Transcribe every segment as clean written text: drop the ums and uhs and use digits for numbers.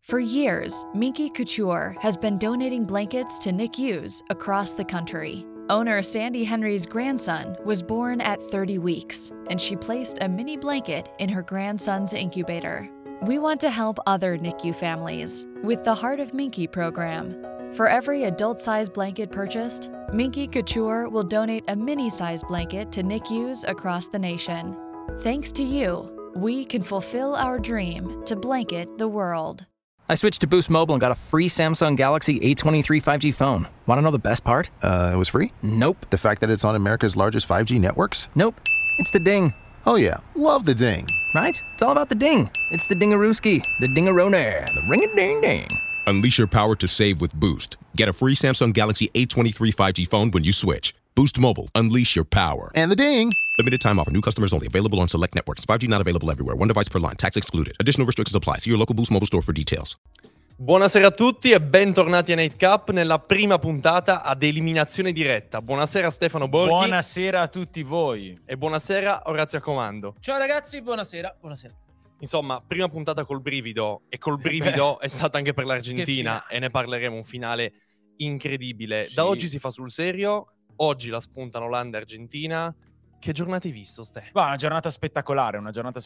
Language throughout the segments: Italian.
For years, Minky Couture has been donating blankets to NICUs across the country. Owner Sandy Henry's grandson was born at 30 weeks, and she placed a mini blanket in her grandson's incubator. We want to help other NICU families with the Heart of Minky program. For every adult-sized blanket purchased, Minky Couture will donate a mini-sized blanket to NICUs across the nation. Thanks to you, we can fulfill our dream to blanket the world. I switched to Boost Mobile and got a free Samsung Galaxy A23 5G phone. Want to know the best part? It was free? Nope. The fact that it's on America's largest 5G networks? Nope. It's the ding. Oh yeah, love the ding. Right? It's all about the ding. It's the dingarooski, the dingarone, the ring-a-ding-ding. Unleash your power to save with Boost. Get a free Samsung Galaxy A23 5G phone when you switch. Boost Mobile. Unleash your power. And the ding. Limited time offer. New customers only. Available on select networks. 5G not available everywhere. One device per line. Tax excluded. Additional restrictions apply. See your local Boost Mobile store for details. Buonasera a tutti e bentornati a Night Cup nella prima puntata ad eliminazione diretta. Buonasera Stefano Borghi. Buonasera a tutti voi. E buonasera Orazio Comando. Ciao ragazzi, buonasera. Insomma, prima puntata col brivido, e col brivido è stata anche per l'Argentina, e ne parleremo, un finale incredibile. Sì. Da oggi si fa sul serio, oggi la spuntano Olanda e Argentina. Che giornata hai visto, Ste? Una giornata spettacolare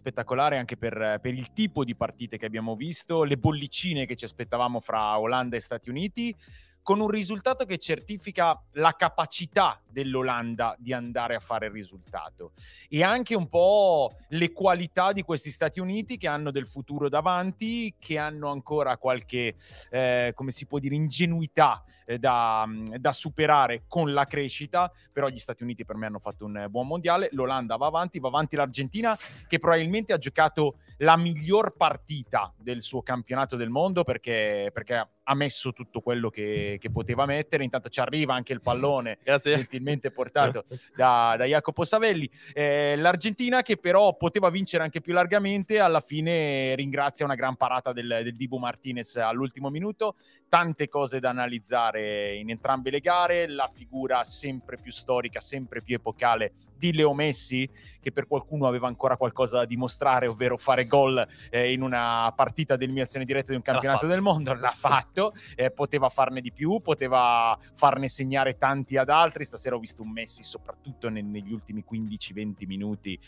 anche per il tipo di partite che abbiamo visto, le bollicine che ci aspettavamo fra Olanda e Stati Uniti, con un risultato che certifica la capacità dell'Olanda di andare a fare il risultato e anche un po' le qualità di questi Stati Uniti che hanno del futuro davanti, che hanno ancora qualche, come si può dire, ingenuità da superare con la crescita, però gli Stati Uniti per me hanno fatto un buon mondiale, l'Olanda va avanti l'Argentina che probabilmente ha giocato la miglior partita del suo campionato del mondo perché ha messo tutto quello che poteva mettere. Intanto ci arriva anche il pallone, Grazie. gentilmente portato da Jacopo Savelli. L'Argentina, che però poteva vincere anche più largamente, alla fine ringrazia una gran parata del Dibu Martinez all'ultimo minuto. Tante cose da analizzare in entrambe le gare, la figura sempre più storica, sempre più epocale di Leo Messi, che per qualcuno aveva ancora qualcosa da dimostrare, ovvero fare gol in una partita di eliminazione diretta di un campionato del mondo. L'ha fatto, poteva farne di più, poteva farne segnare tanti ad altri. Stasera ho visto un Messi, soprattutto negli ultimi 15-20 minuti,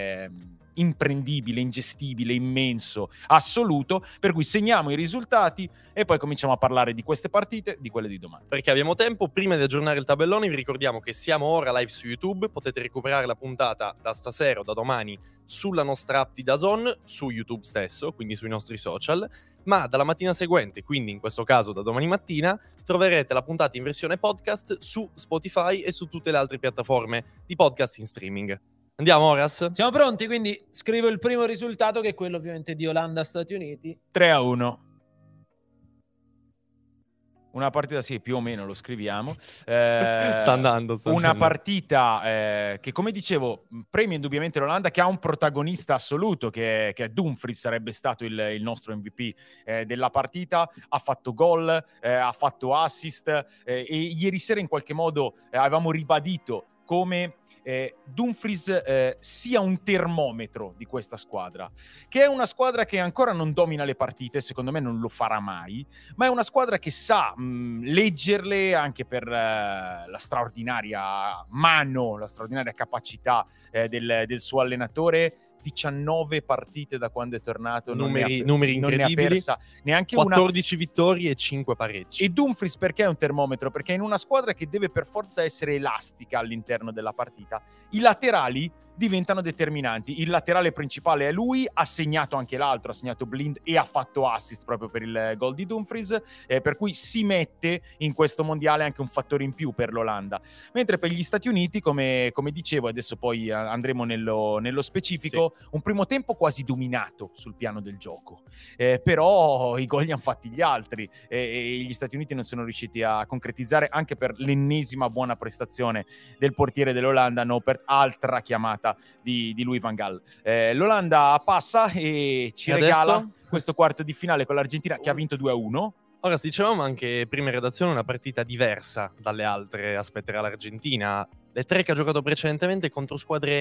imprendibile, ingestibile, immenso, assoluto, per cui segniamo i risultati e poi cominciamo a parlare di queste partite, di quelle di domani. Perché abbiamo tempo. Prima di aggiornare il tabellone vi ricordiamo che siamo ora live su YouTube, potete recuperare la puntata da stasera o da domani sulla nostra app di DAZN, su YouTube stesso, quindi sui nostri social, ma dalla mattina seguente, quindi in questo caso da domani mattina, troverete la puntata in versione podcast su Spotify e su tutte le altre piattaforme di podcast in streaming. Andiamo, Oras? Siamo pronti, quindi scrivo il primo risultato, che è quello ovviamente di Olanda-Stati Uniti. 3-1. Una partita, sì, più o meno lo scriviamo. Sta andando. Una partita che, come dicevo, premia indubbiamente l'Olanda, che ha un protagonista assoluto, che è Dumfries, sarebbe stato il nostro MVP della partita. Ha fatto gol, ha fatto assist e ieri sera in qualche modo avevamo ribadito come Dumfries sia un termometro di questa squadra, che è una squadra che ancora non domina le partite, secondo me non lo farà mai, ma è una squadra che sa leggerle anche per la straordinaria mano, la straordinaria capacità del suo allenatore. 19 partite da quando è tornato, numeri non ne ha incredibili, persa neanche 14 vittorie e 5 pareggi. E Dumfries perché è un termometro? Perché in una squadra che deve per forza essere elastica all'interno della partita, i laterali diventano determinanti. Il laterale principale è lui, ha segnato anche l'altro, ha segnato Blind e ha fatto assist proprio per il gol di Dumfries, per cui si mette in questo mondiale anche un fattore in più per l'Olanda. Mentre per gli Stati Uniti, come dicevo, adesso poi andremo nello specifico, sì, un primo tempo quasi dominato sul piano del gioco, però i gol li hanno fatti gli altri e gli Stati Uniti non sono riusciti a concretizzare, anche per l'ennesima buona prestazione del portiere dell'Olanda, Noppert, altra chiamata di Louis van Gaal. L'Olanda passa e ci regala adesso questo quarto di finale con l'Argentina, che ha vinto 2-1. Ora, dicevamo anche prima in redazione, una partita diversa dalle altre aspetterà l'Argentina. Le tre che ha giocato precedentemente contro squadre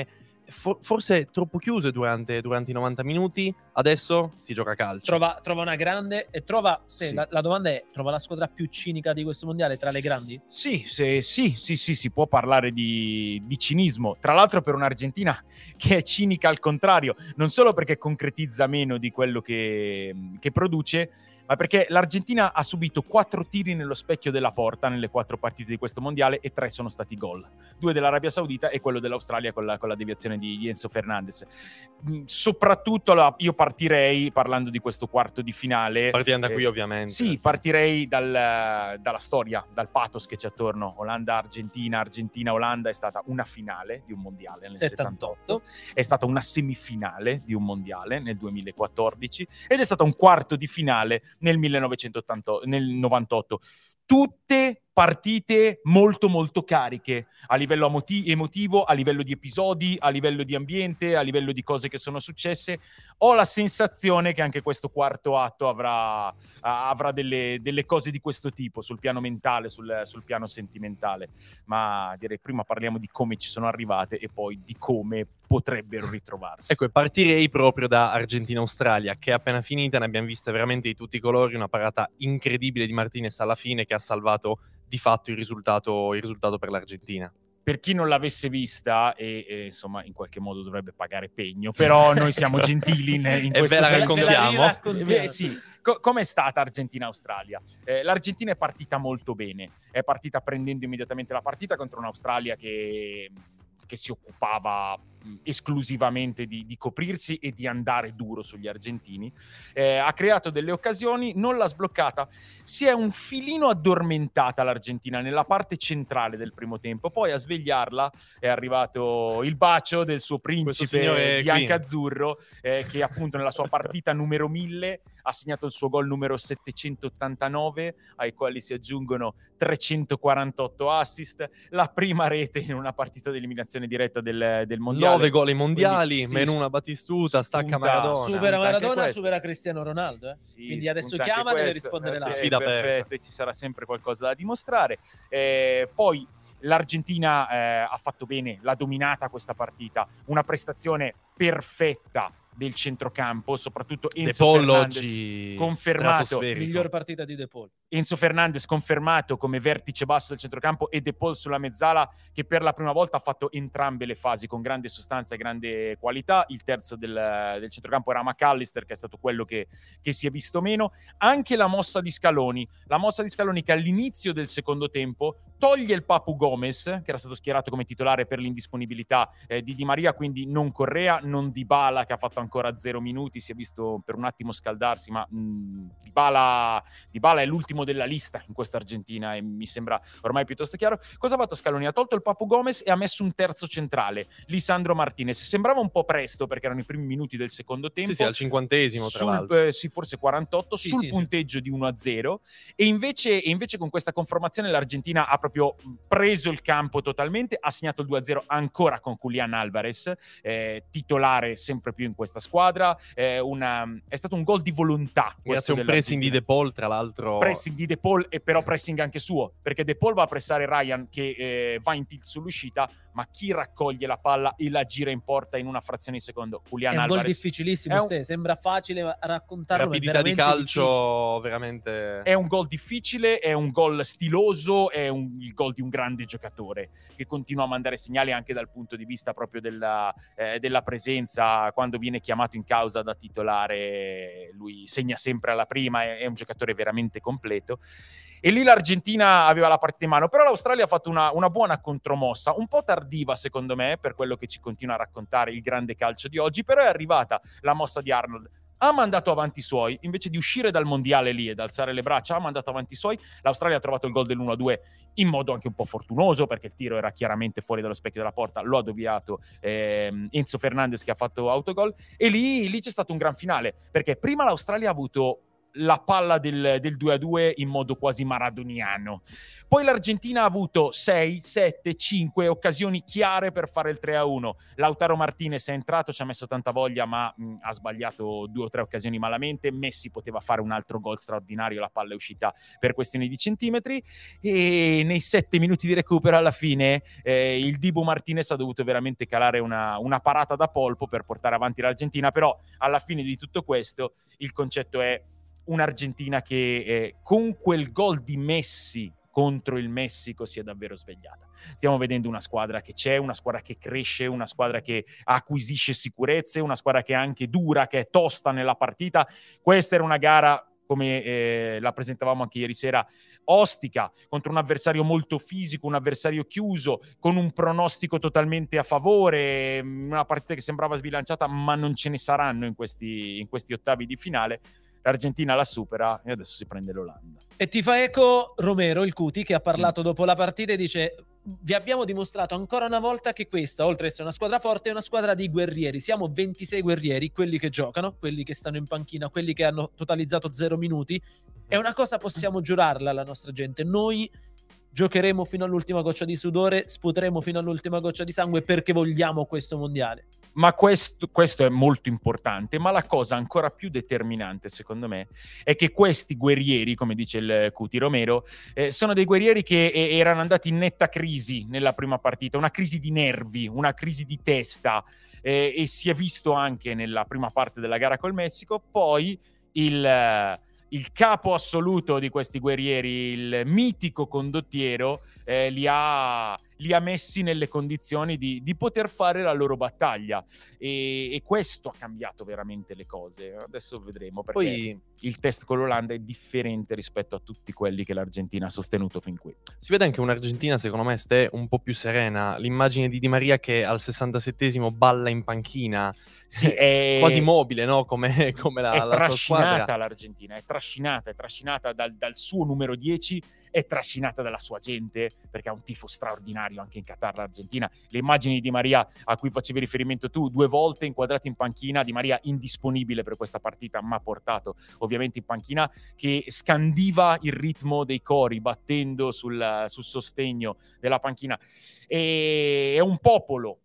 forse troppo chiuse durante i 90 minuti. Adesso si gioca a calcio. Trova una grande e trova. Sì. La domanda è: trova la squadra più cinica di questo mondiale tra le grandi? Sì, si può parlare di cinismo. Tra l'altro per un'Argentina che è cinica al contrario, non solo perché concretizza meno di quello che produce, ma perché l'Argentina ha subito 4 tiri nello specchio della porta nelle 4 partite di questo mondiale e 3 sono stati gol. 2 dell'Arabia Saudita e quello dell'Australia con la deviazione di Enzo Fernandez. Soprattutto io partirei, parlando di questo quarto di finale... Partiamo da qui ovviamente. Sì, partirei dalla storia, dal pathos che c'è attorno. Olanda-Argentina, Argentina-Olanda è stata una finale di un mondiale nel 78, è stata una semifinale di un mondiale nel 2014 ed è stata un quarto di finale nel 1998. Tutte partite molto molto cariche a livello emotivo, a livello di episodi, a livello di ambiente, a livello di cose che sono successe. Ho la sensazione che anche questo quarto atto avrà delle cose di questo tipo sul piano mentale, sul piano sentimentale, ma direi prima parliamo di come ci sono arrivate e poi di come potrebbero ritrovarsi. Ecco, e partirei proprio da Argentina-Australia, che è appena finita, ne abbiamo viste veramente di tutti i colori, una parata incredibile di Martinez alla fine che ha salvato di fatto il risultato per l'Argentina. Per chi non l'avesse vista e insomma in qualche modo dovrebbe pagare pegno, però noi siamo gentili in e questo ve la senso. raccontiamo. Sì. Com'è stata Argentina-Australia? L'Argentina è partita molto bene, è partita prendendo immediatamente la partita contro un'Australia che si occupava esclusivamente di coprirsi e di andare duro sugli argentini. Ha creato delle occasioni, non l'ha sbloccata, si è un filino addormentata l'Argentina nella parte centrale del primo tempo, poi a svegliarla è arrivato il bacio del suo principe biancazzurro, che appunto nella sua partita numero 1000 ha segnato il suo gol numero 789, ai quali si aggiungono 348 assist, la prima rete in una partita di eliminazione diretta del mondiale. 9 gol ai mondiali, Quindi, meno una Batistuta, stacca Maradona. Supera Maradona, supera Cristiano Ronaldo. Sì, quindi adesso chiama e deve rispondere là. Sfida perfetto, e ci sarà sempre qualcosa da dimostrare. Poi l'Argentina ha fatto bene, l'ha dominata questa partita, una prestazione perfetta del centrocampo, soprattutto Enzo Fernandez oggi confermato, miglior partita di De Paul. Enzo Fernandez confermato come vertice basso del centrocampo e De Paul sulla mezzala, che per la prima volta ha fatto entrambe le fasi con grande sostanza e grande qualità. Il terzo del centrocampo era McAllister, che è stato quello che si è visto meno. Anche la mossa di Scaloni che all'inizio del secondo tempo toglie il Papu Gomez, che era stato schierato come titolare per l'indisponibilità di Di Maria, quindi non Correa, non Dybala, che ha fatto ancora 0 minuti, si è visto per un attimo scaldarsi, ma Dybala è l'ultimo della lista in questa Argentina e mi sembra ormai piuttosto chiaro. Cosa ha fatto Scaloni? Ha tolto il Papu Gomez e ha messo un terzo centrale, Lisandro Martinez. Sembrava un po' presto perché erano i primi minuti del secondo tempo. Sì, al 50esimo tra l'altro. Sì, forse 48, sì, sul sì, punteggio di 1-0 e invece con questa conformazione l'Argentina ha proprio preso il campo totalmente, ha segnato il 2-0 ancora con Julián Álvarez, titolare sempre più in questa squadra. È stato un gol di volontà. Grazie a un pressing di De Paul, tra l'altro. Pressing di De Paul e però pressing anche suo, perché De Paul va a pressare Ryan che va in tilt sull'uscita, ma chi raccoglie la palla e la gira in porta in una frazione di secondo? Julián Álvarez. È un gol difficilissimo, sembra facile raccontarlo. Rapidità di calcio, difficile. veramente. È un gol difficile, è un gol stiloso, è il gol di un grande giocatore che continua a mandare segnali anche dal punto di vista proprio della presenza. Quando viene chiamato in causa da titolare, lui segna sempre alla prima, è un giocatore veramente completo. E lì l'Argentina aveva la partita in mano, però l'Australia ha fatto una buona contromossa, un po' tardiva secondo me per quello che ci continua a raccontare il grande calcio di oggi, però è arrivata la mossa di Arnold. Ha mandato avanti i suoi, invece di uscire dal mondiale lì ed alzare le braccia, ha mandato avanti i suoi. L'Australia ha trovato il gol dell'1-2 in modo anche un po' fortunoso, perché il tiro era chiaramente fuori dallo specchio della porta, lo ha deviato Enzo Fernandez, che ha fatto autogol, e lì c'è stato un gran finale, perché prima l'Australia ha avuto la palla del 2-2 in modo quasi maradoniano. Poi l'Argentina ha avuto 6, 7, 5 occasioni chiare per fare il 3-1. Lautaro Martinez è entrato, ci ha messo tanta voglia, ma ha sbagliato 2 o 3 occasioni malamente. Messi poteva fare un altro gol straordinario, la palla è uscita per questioni di centimetri, e nei 7 minuti di recupero alla fine il Dibu Martinez ha dovuto veramente calare una parata da polpo per portare avanti l'Argentina. Però alla fine di tutto questo il concetto è un'Argentina che con quel gol di Messi contro il Messico si è davvero svegliata. Stiamo vedendo una squadra che c'è, una squadra che cresce, una squadra che acquisisce sicurezze, una squadra che è anche dura, che è tosta nella partita. Questa era una gara, come la presentavamo anche ieri sera, ostica, contro un avversario molto fisico, un avversario chiuso, con un pronostico totalmente a favore, una partita che sembrava sbilanciata, ma non ce ne saranno in questi ottavi di finale. L'Argentina la supera e adesso si prende l'Olanda. E ti fa eco Romero, il Cuti, che ha parlato dopo la partita e dice: vi abbiamo dimostrato ancora una volta che questa, oltre ad essere una squadra forte, è una squadra di guerrieri. Siamo 26 guerrieri, quelli che giocano, quelli che stanno in panchina, quelli che hanno totalizzato 0 minuti. E una cosa possiamo giurarla alla nostra gente: noi giocheremo fino all'ultima goccia di sudore, sputeremo fino all'ultima goccia di sangue perché vogliamo questo mondiale. Ma questo è molto importante, ma la cosa ancora più determinante, secondo me, è che questi guerrieri, come dice il Cuti Romero, sono dei guerrieri che erano andati in netta crisi nella prima partita, una crisi di nervi, una crisi di testa, e si è visto anche nella prima parte della gara col Messico. Poi il capo assoluto di questi guerrieri, il mitico condottiero, li ha messi nelle condizioni di poter fare la loro battaglia, e questo ha cambiato veramente le cose. Adesso vedremo, perché poi il test con l'Olanda è differente rispetto a tutti quelli che l'Argentina ha sostenuto fin qui. Si vede anche un'Argentina, secondo me, un po' più serena. L'immagine di Di Maria che al 67esimo balla in panchina, sì, è quasi mobile, no? Come la sua squadra. L'Argentina è trascinata dal suo numero 10, è trascinata dalla sua gente, perché ha un tifo straordinario anche in Qatar l'Argentina. Le immagini di Di Maria a cui facevi riferimento tu, 2 volte inquadrato in panchina, Di Maria indisponibile per questa partita, ma portato ovviamente in panchina, che scandiva il ritmo dei cori battendo sul sostegno della panchina. E è un popolo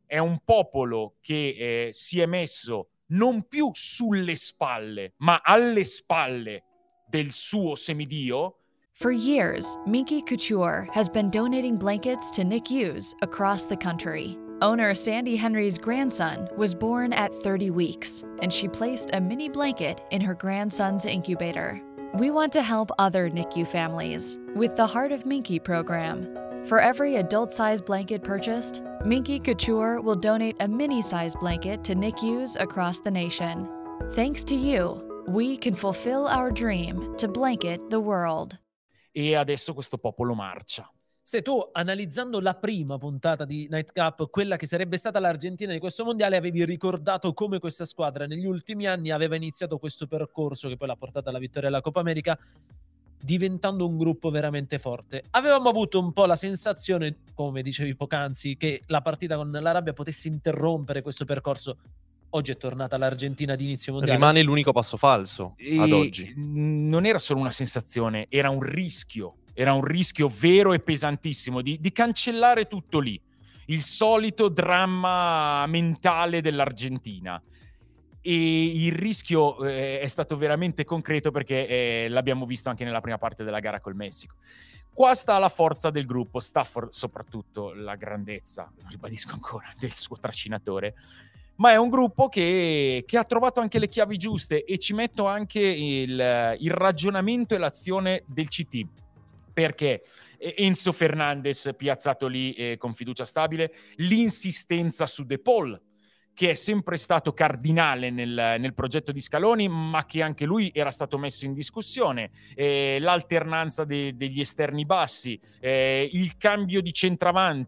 che si è messo non più sulle spalle, ma alle spalle del suo semidio. For years, Minky Couture has been donating blankets to NICUs across the country. Owner Sandy Henry's grandson was born at 30 weeks, and she placed a mini blanket in her grandson's incubator. We want to help other NICU families with the Heart of Minky program. For every adult-sized blanket purchased, Minky Couture will donate a mini-sized blanket to NICUs across the nation. Thanks to you, we can fulfill our dream to blanket the world. E adesso questo popolo marcia. Se tu, analizzando la prima puntata di Nightcap, quella che sarebbe stata l'Argentina di questo mondiale, avevi ricordato come questa squadra negli ultimi anni aveva iniziato questo percorso che poi l'ha portata alla vittoria della Coppa America, diventando un gruppo veramente forte. Avevamo avuto un po' la sensazione, come dicevi poc'anzi, che la partita con l'Arabia potesse interrompere questo percorso. Oggi è tornata l'Argentina di inizio mondiale. Rimane l'unico passo falso ad oggi. Non era solo una sensazione, era un rischio vero e pesantissimo di cancellare tutto lì. Il solito dramma mentale dell'Argentina. E il rischio è stato veramente concreto, perché l'abbiamo visto anche nella prima parte della gara col Messico. Qua sta la forza del gruppo, sta soprattutto la grandezza, lo ribadisco ancora, del suo trascinatore. Ma è un gruppo che ha trovato anche le chiavi giuste, e ci metto anche il ragionamento e l'azione del CT, perché Enzo Fernandez piazzato lì con fiducia stabile, l'insistenza su De Paul, che è sempre stato cardinale nel progetto di Scaloni, ma che anche lui era stato messo in discussione, l'alternanza degli esterni bassi, il cambio di centravanti,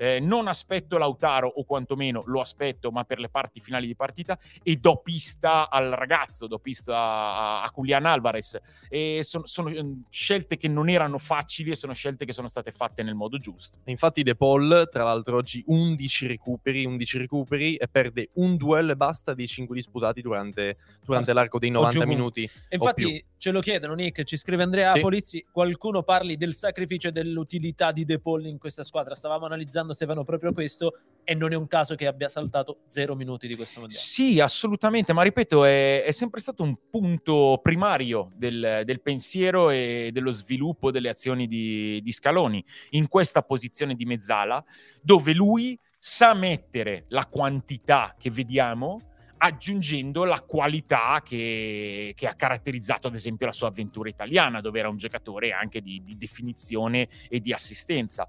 non aspetto Lautaro, o quantomeno lo aspetto, ma per le parti finali di partita, e do pista al ragazzo, do pista a Julián Álvarez. E sono scelte che non erano facili e sono scelte che sono state fatte nel modo giusto. Infatti De Paul, tra l'altro, oggi 11 recuperi e perde un duello e basta dei 5 disputati durante l'arco dei 90 minuti. E infatti ce lo chiedono, Nick, ci scrive Andrea Polizzi, qualcuno parli del sacrificio e dell'utilità di De Paul in questa squadra. Stavamo analizzando se fanno proprio questo e non è un caso che abbia saltato 0 minuti di questo mondiale. Sì, assolutamente, ma ripeto, è sempre stato un punto primario del pensiero e dello sviluppo delle azioni di Scaloni, in questa posizione di mezzala, dove lui sa mettere la quantità che vediamo aggiungendo la qualità che ha caratterizzato ad esempio la sua avventura italiana, dove era un giocatore anche di definizione e di assistenza.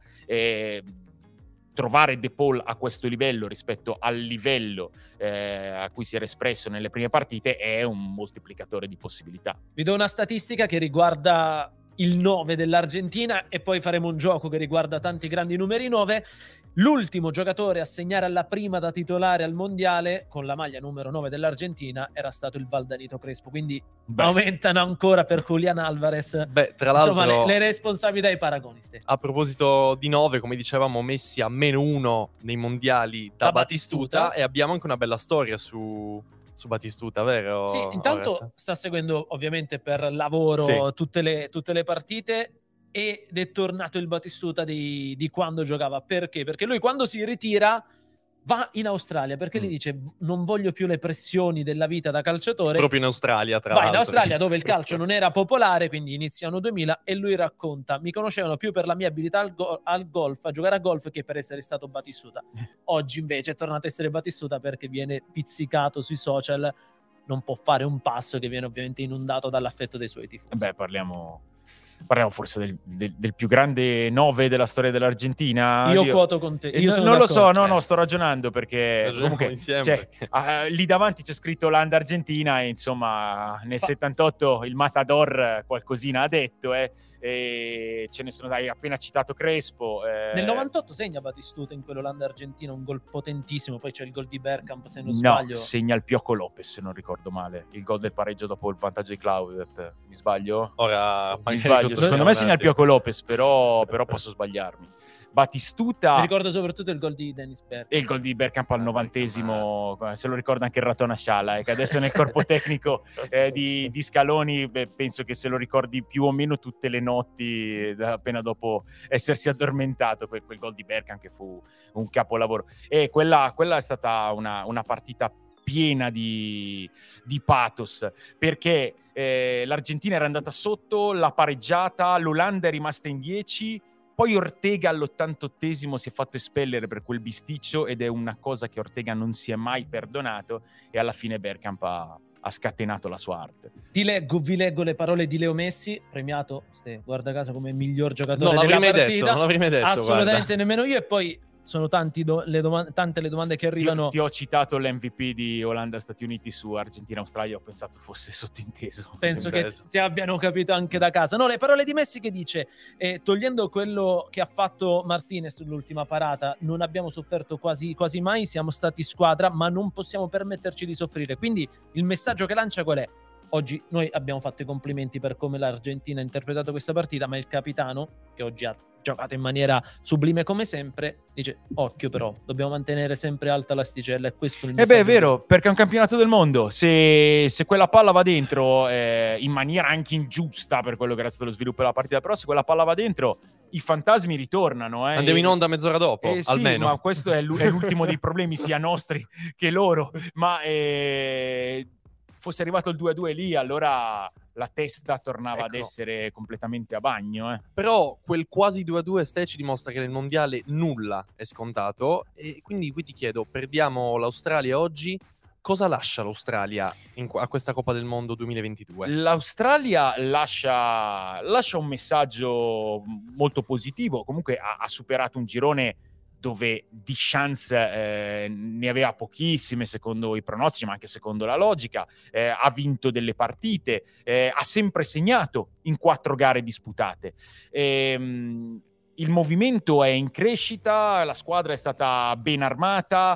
Trovare De Paul a questo livello rispetto al livello a cui si era espresso nelle prime partite è un moltiplicatore di possibilità. Vi do una statistica che riguarda il 9 dell'Argentina e poi faremo un gioco che riguarda tanti grandi numeri 9. L'ultimo giocatore a segnare alla prima da titolare al mondiale con la maglia numero 9 dell'Argentina era stato il Valdanito Crespo, quindi aumentano ancora per Julián Álvarez. Tra l'altro, insomma, le responsabilità e i paragonisti. A proposito di 9, come dicevamo, Messi a -1 nei mondiali da Batistuta, e abbiamo anche una bella storia su Batistuta, vero? Sì, intanto Ores? sta seguendo ovviamente per lavoro tutte le partite ed è tornato il Batistuta di quando giocava. Perché? Perché lui quando si ritira va in Australia, perché gli dice non voglio più le pressioni della vita da calciatore. Proprio in Australia, tra l'altro. l'altro. Va in Australia dove il calcio non era popolare, quindi iniziano 2000 e lui racconta: mi conoscevano più per la mia abilità al golf, a giocare a golf, che per essere stato Batistuta. Oggi invece è tornato a essere Batistuta perché viene pizzicato sui social, non può fare un passo, che viene ovviamente inondato dall'affetto dei suoi tifosi. Parliamo forse del più grande 9 della storia dell'Argentina. Io quoto con te. Non lo so, no, sto ragionando perché comunque insieme. Lì davanti c'è scritto Land Argentina e insomma nel 78 il Matador qualcosina ha detto e ce ne sono, hai appena citato Crespo. Nel 98 segna Batistuta in quell'Olanda Argentina un gol potentissimo, poi c'è il gol di Bergkamp se non sbaglio. No, segna il Pioco Lopez se non ricordo male, il gol del pareggio dopo il vantaggio di Claudert, mi sbaglio? Ora mi sbaglio, secondo me segna il Pioco Lopez, però posso sbagliarmi. Batistuta. Mi ricordo soprattutto il gol di Dennis Bergkamp. E il gol di Bergkamp al 90esimo, se lo ricorda anche il Ratona Sciala, che adesso nel corpo tecnico di Scaloni, penso che se lo ricordi più o meno tutte le notti appena dopo essersi addormentato, quel gol di Bergkamp che fu un capolavoro. E quella è stata una partita piena di pathos, perché l'Argentina era andata sotto, l'ha pareggiata, l'Olanda è rimasta in 10, poi Ortega all'88esimo si è fatto espellere per quel bisticcio ed è una cosa che Ortega non si è mai perdonato, e alla fine Bergkamp ha scatenato la sua arte. Vi leggo le parole di Leo Messi, premiato, guarda caso, come miglior giocatore della partita. Non l'avrei mai detto. Assolutamente, nemmeno io. E poi sono tante le domande che arrivano. Ti ho citato l'MVP di Olanda-Stati Uniti su Argentina-Australia, ho pensato fosse sottinteso. Penso che ti abbiano capito anche da casa. No, le parole di Messi che dice, togliendo quello che ha fatto Martinez sull'ultima parata, non abbiamo sofferto quasi mai, siamo stati squadra, ma non possiamo permetterci di soffrire. Quindi il messaggio che lancia qual è? Oggi noi abbiamo fatto i complimenti per come l'Argentina ha interpretato questa partita, ma il capitano, che oggi ha giocato in maniera sublime come sempre, dice occhio però, dobbiamo mantenere sempre alta l'asticella, e questo è il messaggio. È vero, perché è un campionato del mondo, se quella palla va dentro in maniera anche ingiusta per quello che era stato lo sviluppo della partita, però se quella palla va dentro i fantasmi ritornano. Andiamo in onda mezz'ora dopo, almeno. Sì, ma questo è l'ultimo dei problemi sia nostri che loro, ma fosse arrivato il 2-2 lì, allora la testa tornava ad essere completamente a bagno. Però quel quasi 2-2 ci dimostra che nel mondiale nulla è scontato, e quindi qui ti chiedo, perdiamo l'Australia oggi, cosa lascia l'Australia a questa Coppa del Mondo 2022? L'Australia lascia un messaggio molto positivo, comunque ha superato un girone dove di chance ne aveva pochissime secondo i pronostici, ma anche secondo la logica, ha vinto delle partite, ha sempre segnato in 4 gare disputate. il movimento è in crescita, la squadra è stata ben armata,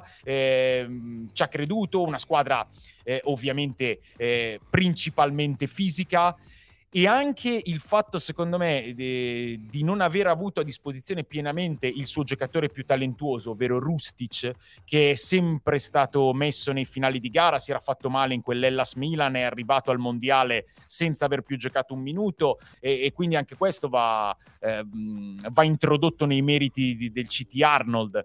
ci ha creduto, una squadra ovviamente principalmente fisica, e anche il fatto, secondo me, di non aver avuto a disposizione pienamente il suo giocatore più talentuoso, ovvero Rustic, che è sempre stato messo nei finali di gara, si era fatto male in quell'Hellas Milan, è arrivato al mondiale senza aver più giocato un minuto, e quindi anche questo va introdotto nei meriti del CT Arnold,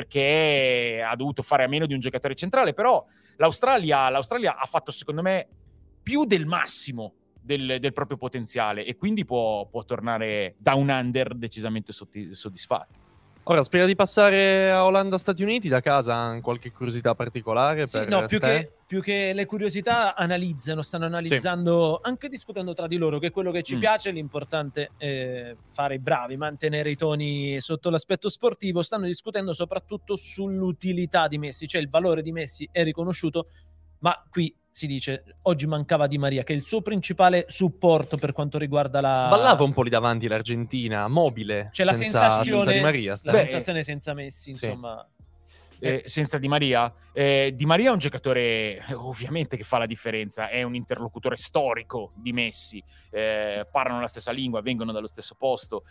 perché ha dovuto fare a meno di un giocatore centrale. Però l'Australia ha fatto, secondo me, più del massimo del proprio potenziale, e quindi può tornare da un under decisamente soddisfatto. Ora, prima di passare a Olanda-Stati Uniti, da casa qualche curiosità particolare? Sì, per no, Ste? più che le curiosità stanno analizzando, anche discutendo tra di loro, che è quello che ci piace. L'importante è fare i bravi, mantenere i toni sotto l'aspetto sportivo. Stanno discutendo soprattutto sull'utilità di Messi, cioè il valore di Messi è riconosciuto, ma qui si dice oggi mancava Di Maria, che è il suo principale supporto per quanto riguarda la... Ballava un po' lì davanti l'Argentina, mobile, c'è la sensazione, senza Di Maria. la sensazione senza Messi, sì. insomma... Senza Di Maria. Di Maria è un giocatore ovviamente che fa la differenza, è un interlocutore storico di Messi, parlano la stessa lingua, vengono dallo stesso posto,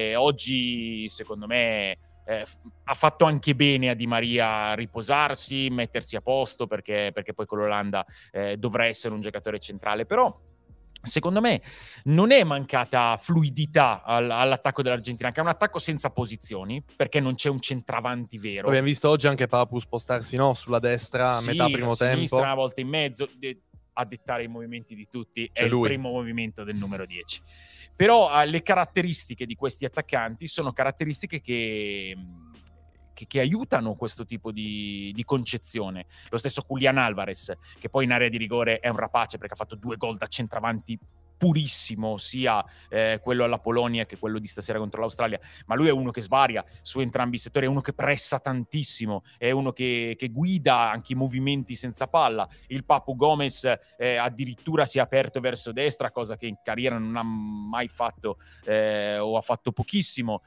oggi secondo me ha fatto anche bene a Di Maria riposarsi, mettersi a posto, perché poi con l'Olanda dovrà essere un giocatore centrale. Però secondo me non è mancata fluidità all'attacco dell'Argentina, che è un attacco senza posizioni, perché non c'è un centravanti vero. Abbiamo visto oggi anche Papu spostarsi sulla destra a metà primo a sinistra, tempo, una volta in mezzo, a dettare i movimenti di tutti. C'è è lui. Il primo movimento del numero 10. Però le caratteristiche di questi attaccanti sono caratteristiche che aiutano questo tipo di concezione. Lo stesso Julián Álvarez, che poi in area di rigore è un rapace, perché ha fatto 2 gol da centravanti purissimo, sia quello alla Polonia che quello di stasera contro l'Australia, ma lui è uno che svaria su entrambi i settori, è uno che pressa tantissimo, è uno che guida anche i movimenti senza palla. Il Papu Gomez addirittura si è aperto verso destra, cosa che in carriera non ha mai fatto, o ha fatto pochissimo.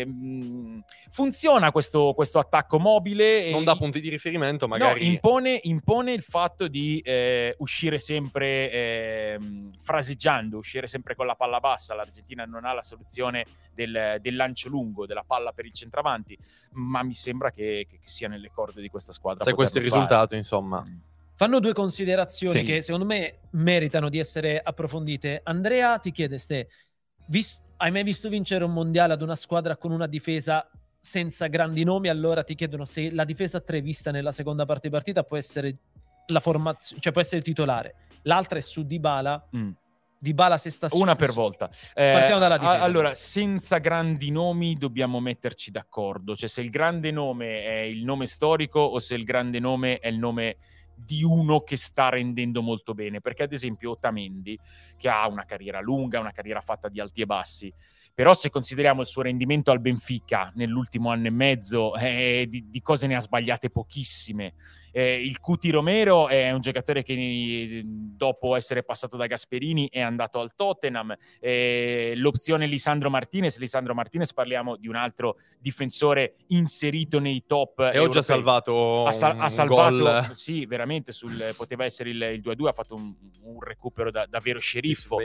Funziona questo attacco mobile, non dà punti di riferimento, magari. No, impone il fatto di uscire sempre fraseggiando, uscire sempre con la palla bassa. L'Argentina non ha la soluzione del lancio lungo, della palla per il centravanti, ma mi sembra che sia nelle corde di questa squadra. Se questo è il risultato, insomma. Fanno 2 considerazioni che secondo me meritano di essere approfondite. Andrea ti chiede, hai mai visto vincere un mondiale ad una squadra con una difesa senza grandi nomi? Allora ti chiedono se la difesa 3 vista nella seconda parte di partita può essere la formazione, cioè può essere titolare. L'altra è su Dybala. Dybala se sta una per volta. Partiamo dalla difesa. Allora, senza grandi nomi dobbiamo metterci d'accordo, cioè se il grande nome è il nome storico o se il grande nome è il nome di uno che sta rendendo molto bene, perché ad esempio Otamendi, che ha una carriera lunga, una carriera fatta di alti e bassi, però se consideriamo il suo rendimento al Benfica nell'ultimo anno e mezzo, di cose ne ha sbagliate pochissime. Il Cuti Romero è un giocatore che dopo essere passato da Gasperini è andato al Tottenham. L'opzione Lisandro Martinez, parliamo di un altro difensore inserito nei top e oggi ha salvato gol. Sì, veramente poteva essere il 2-2, ha fatto un recupero davvero sceriffo.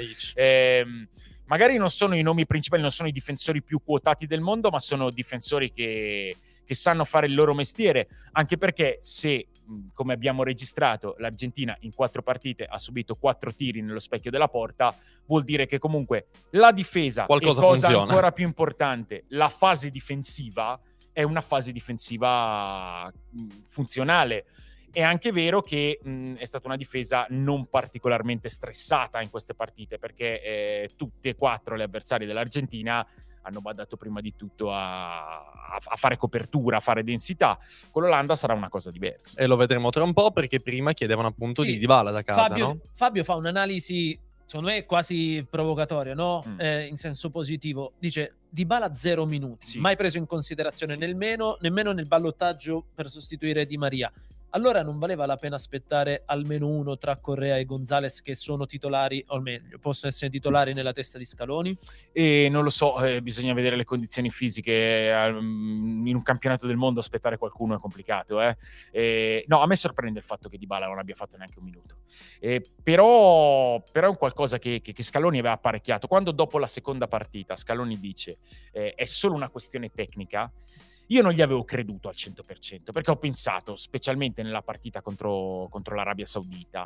Magari non sono i nomi principali, non sono i difensori più quotati del mondo, ma sono difensori che sanno fare il loro mestiere, anche perché se, come abbiamo registrato, l'Argentina in 4 partite ha subito 4 tiri nello specchio della porta, vuol dire che comunque la difesa, qualcosa e cosa funziona. Ancora più importante, la fase difensiva è una fase difensiva funzionale. È anche vero che è stata una difesa non particolarmente stressata in queste partite, perché tutte e 4 le avversarie dell'Argentina hanno badato prima di tutto a fare copertura, a fare densità. Con l'Olanda sarà una cosa diversa. E lo vedremo tra un po', perché prima chiedevano appunto di Dybala da casa, Fabio fa un'analisi, secondo me, quasi provocatoria, no? In senso positivo. Dice, Dybala 0 minuti, mai preso in considerazione nemmeno nel ballottaggio per sostituire Di Maria. allora non valeva la pena aspettare almeno uno tra Correa e Gonzalez, che sono titolari, o meglio, possono essere titolari nella testa di Scaloni? E non lo so, bisogna vedere le condizioni fisiche. In un campionato del mondo aspettare qualcuno è complicato. No, a me sorprende il fatto che Dybala non abbia fatto neanche un minuto. Però è un qualcosa che Scaloni aveva apparecchiato. Quando dopo la seconda partita Scaloni dice è solo una questione tecnica, io non gli avevo creduto al 100%, perché ho pensato, specialmente nella partita contro l'Arabia Saudita,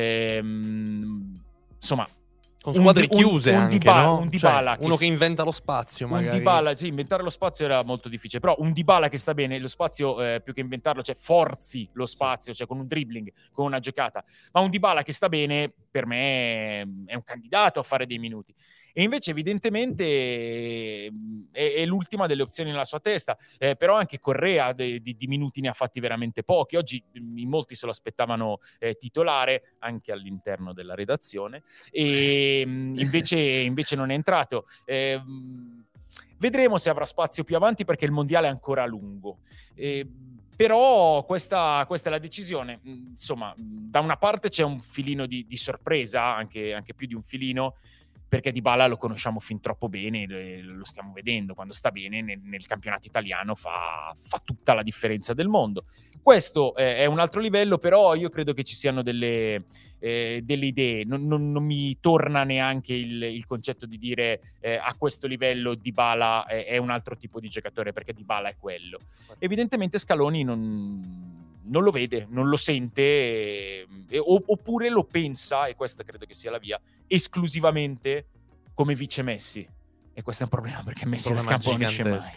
insomma, con squadre chiuse un anche, Dybala, no? un Dybala cioè, uno che inventa lo spazio, magari. Un Dybala, sì, inventare lo spazio era molto difficile, però un Dybala che sta bene, lo spazio più che inventarlo, cioè forzi lo spazio, cioè con un dribbling, con una giocata, ma un Dybala che sta bene per me è un candidato a fare dei minuti. E invece evidentemente è l'ultima delle opzioni nella sua testa, però anche Correa di minuti ne ha fatti veramente pochi. Oggi in molti se lo aspettavano titolare anche all'interno della redazione, e invece non è entrato. Vedremo se avrà spazio più avanti, perché il mondiale è ancora lungo. Però questa è la decisione. Insomma, da una parte c'è un filino di sorpresa, anche più di un filino, perché Dybala lo conosciamo fin troppo bene, lo stiamo vedendo, quando sta bene nel campionato italiano fa tutta la differenza del mondo. Questo è un altro livello, però io credo che ci siano delle idee. Non mi torna neanche il concetto di dire a questo livello Dybala è un altro tipo di giocatore, perché Dybala è quello. Evidentemente Scaloni non lo vede, non lo sente, oppure lo pensa, e questa credo che sia la via, esclusivamente come vice Messi. E questo è un problema, perché Messi nel campo non esce mai.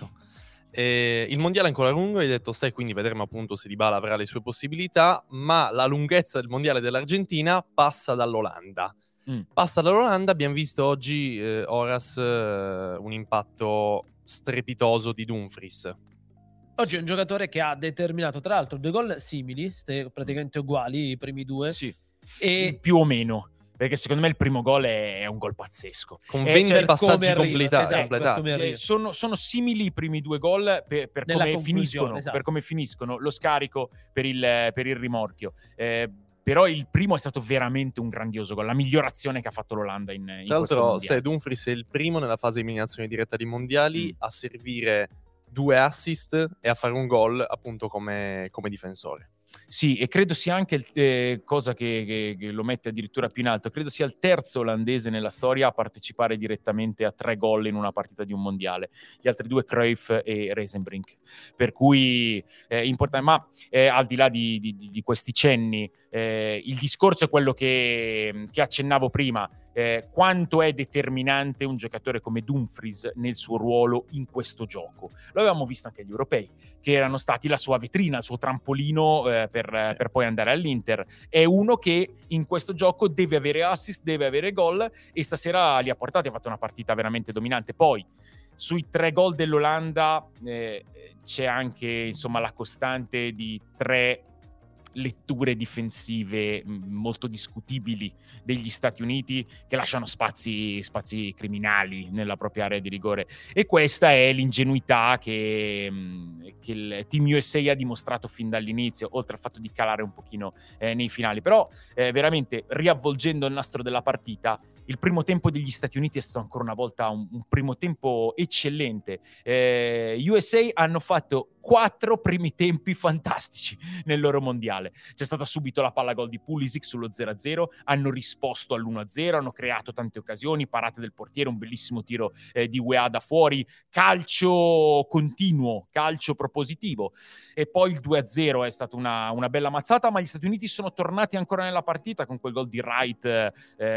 Il mondiale è ancora lungo, hai detto stai, quindi vedremo appunto se Dybala avrà le sue possibilità, ma la lunghezza del mondiale dell'Argentina passa dall'Olanda. Passa dall'Olanda, abbiamo visto oggi, Horas, un impatto strepitoso di Dumfries. Oggi è un giocatore che ha determinato, tra l'altro, 2 gol simili, praticamente uguali, i primi 2. Sì, e più o meno, perché secondo me il primo gol è un gol pazzesco. Con 20 passaggi completati. Sono simili i primi 2 gol per come finiscono, esatto, per come finiscono, lo scarico per il rimorchio. Però il primo è stato veramente un grandioso gol, la migliore azione che ha fatto l'Olanda in questo mondiale. Tra l'altro, Dumfries è il primo nella fase eliminazione diretta di mondiali a servire 2 assist e a fare un gol appunto come difensore. Sì, e credo sia anche cosa che lo mette addirittura più in alto, credo sia il terzo olandese nella storia a partecipare direttamente a 3 gol in una partita di un mondiale. Gli altri 2 Cruyff e Reisenbrink, per cui è importante. Ma al di là di questi cenni, il discorso è quello che accennavo prima. Quanto è determinante un giocatore come Dumfries nel suo ruolo in questo gioco. Lo avevamo visto anche agli europei, che erano stati la sua vetrina, il suo trampolino per poi andare all'Inter. È uno che in questo gioco deve avere assist, deve avere gol, e stasera li ha portati, ha fatto una partita veramente dominante. Poi sui 3 gol dell'Olanda c'è anche, insomma, la costante di 3 letture difensive molto discutibili degli Stati Uniti, che lasciano spazi criminali nella propria area di rigore, e questa è l'ingenuità che il Team USA ha dimostrato fin dall'inizio, oltre al fatto di calare un pochino nei finali. Però veramente, riavvolgendo il nastro della partita, il primo tempo degli Stati Uniti è stato ancora una volta un primo tempo eccellente. USA hanno fatto 4 primi tempi fantastici nel loro mondiale. C'è stata subito la palla gol di Pulisic sullo 0-0, hanno risposto all'1-0, hanno creato tante occasioni, parate del portiere, un bellissimo tiro di Weah da fuori, calcio continuo, calcio propositivo, e poi il 2-0 è stata una bella mazzata, ma gli Stati Uniti sono tornati ancora nella partita con quel gol di Wright,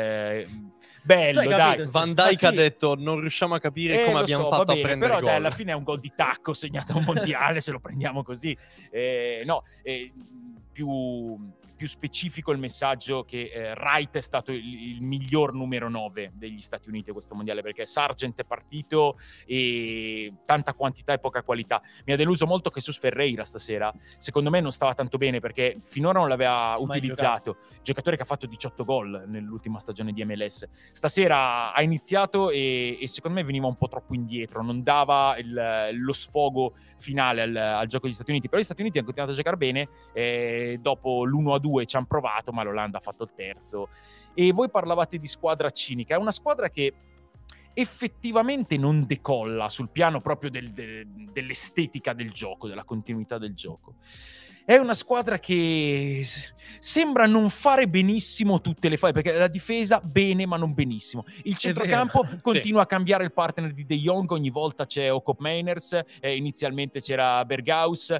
bello, dai. Van Dijk ha detto non riusciamo a capire come abbiamo fatto a prendere però gol. Dai, alla fine è un gol di tacco segnato a un mondiale, se lo prendiamo così. Più più specifico il messaggio che Wright è stato il miglior numero 9 degli Stati Uniti a questo mondiale, perché Sargent è partito e tanta quantità e poca qualità. Mi ha deluso molto Jesus Ferreira stasera, secondo me non stava tanto bene perché finora non l'aveva utilizzato, giocatore che ha fatto 18 gol nell'ultima stagione di MLS. Stasera ha iniziato e secondo me veniva un po' troppo indietro, non dava lo sfogo finale al gioco degli Stati Uniti, però gli Stati Uniti hanno continuato a giocare bene, dopo l'1-2 ci hanno provato, ma l'Olanda ha fatto il terzo. E voi parlavate di squadra cinica, è una squadra che effettivamente non decolla sul piano proprio dell'estetica del gioco, della continuità del gioco. È una squadra che sembra non fare benissimo tutte le fasi, perché la difesa bene ma non benissimo. Il centrocampo continua a cambiare il partner di De Jong, ogni volta c'è Okop Meiners, inizialmente c'era Berghaus,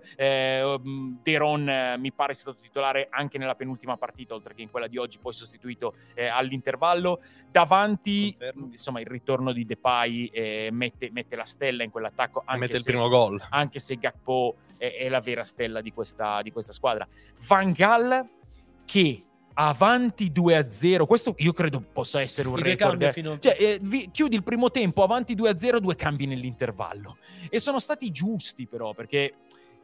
Deron mi pare sia stato titolare anche nella penultima partita, oltre che in quella di oggi, poi sostituito all'intervallo. Davanti, insomma, il ritorno di Depay mette la stella in quell'attacco, anche mette il primo gol. Anche se Gakpo è la vera stella di questa squadra. Van Gaal che avanti 2-0, questo io credo possa essere un record. Chiudi il primo tempo avanti 2-0, 2 cambi nell'intervallo, e sono stati giusti però, perché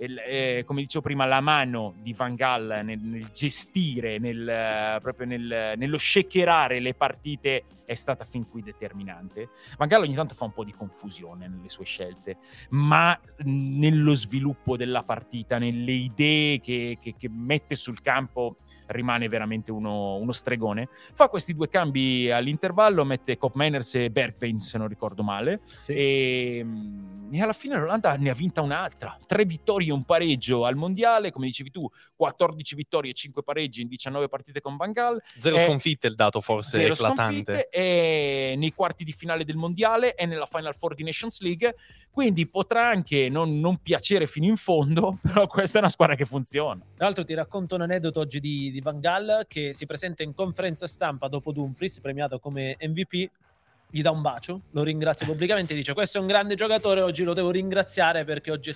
come dicevo prima, la mano di Van Gaal nel gestire, proprio nello shakerare le partite è stata fin qui determinante. Van Gaal ogni tanto fa un po' di confusione nelle sue scelte, ma nello sviluppo della partita, nelle idee che mette sul campo, rimane veramente uno stregone. Fa questi 2 cambi all'intervallo, mette Koop Meiners e Bergwijn, se non ricordo male, sì. E alla fine l'Olanda ne ha vinta un'altra, 3 vittorie e un pareggio al mondiale, come dicevi tu, 14 vittorie e 5 pareggi in 19 partite con Van Gaal. 0 sconfitte il dato forse eclatante. È nei quarti di finale del mondiale, è nella Final Four di Nations League, quindi potrà anche non piacere fino in fondo, però questa è una squadra che funziona. Tra l'altro ti racconto un aneddoto oggi di Van Gaal, che si presenta in conferenza stampa dopo Dumfries, premiato come MVP, gli dà un bacio, lo ringrazia pubblicamente, dice: questo è un grande giocatore, oggi lo devo ringraziare perché oggi è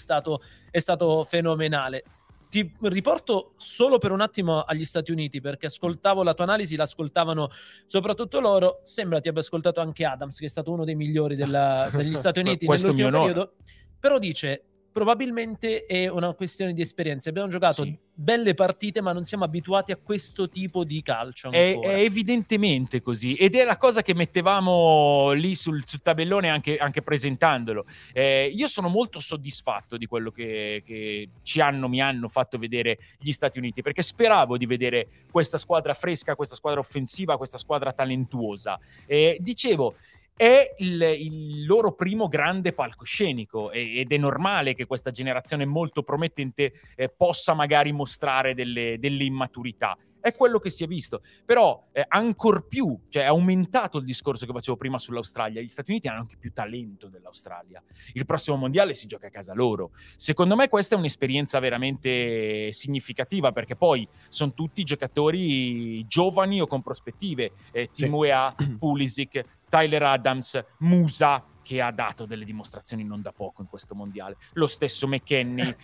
stato fenomenale. Ti riporto solo per un attimo agli Stati Uniti, perché ascoltavo la tua analisi, l'ascoltavano soprattutto loro. Sembra ti abbia ascoltato anche Adams, che è stato uno dei migliori degli Stati Uniti nell'ultimo periodo. Però dice: probabilmente è una questione di esperienza. Abbiamo giocato belle partite, ma non siamo abituati a questo tipo di calcio ancora. È evidentemente così, ed è la cosa che mettevamo lì sul tabellone anche presentandolo. Io sono molto soddisfatto di quello che mi hanno fatto vedere gli Stati Uniti, perché speravo di vedere questa squadra fresca, questa squadra offensiva, questa squadra talentuosa. Dicevo, è il loro primo grande palcoscenico ed è normale che questa generazione molto promettente possa magari mostrare delle immaturità. È quello che si è visto, però ancor più, cioè è aumentato il discorso che facevo prima sull'Australia. Gli Stati Uniti hanno anche più talento dell'Australia. Il prossimo mondiale si gioca a casa loro. Secondo me questa è un'esperienza veramente significativa, perché poi sono tutti giocatori giovani o con prospettive. Tim Weah, Pulisic, Tyler Adams, Musa, che ha dato delle dimostrazioni non da poco in questo mondiale. Lo stesso McKennie,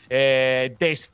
Dest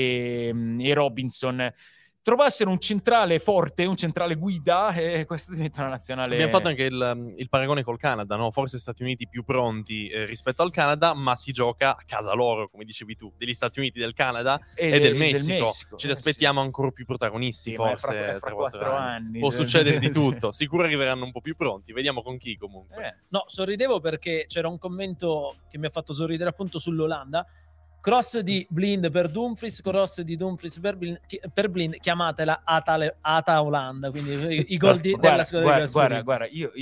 e Robinson. Trovassero un centrale forte, un centrale guida, e questo diventa una nazionale. Abbiamo fatto anche il paragone col Canada, no? Forse Stati Uniti più pronti rispetto al Canada, ma si gioca a casa loro, come dicevi tu, degli Stati Uniti, del Canada e del Messico. Ce li aspettiamo ancora più protagonisti, forse fra 4 anni. Può succedere di tutto. Sicuro arriveranno un po' più pronti. Vediamo con chi comunque. No, sorridevo perché c'era un commento che mi ha fatto sorridere appunto sull'Olanda. Cross di Blind per Dumfries, cross di Dumfries per Blind, chiamatela Ata Olanda, quindi i gol della squadra. Guarda, io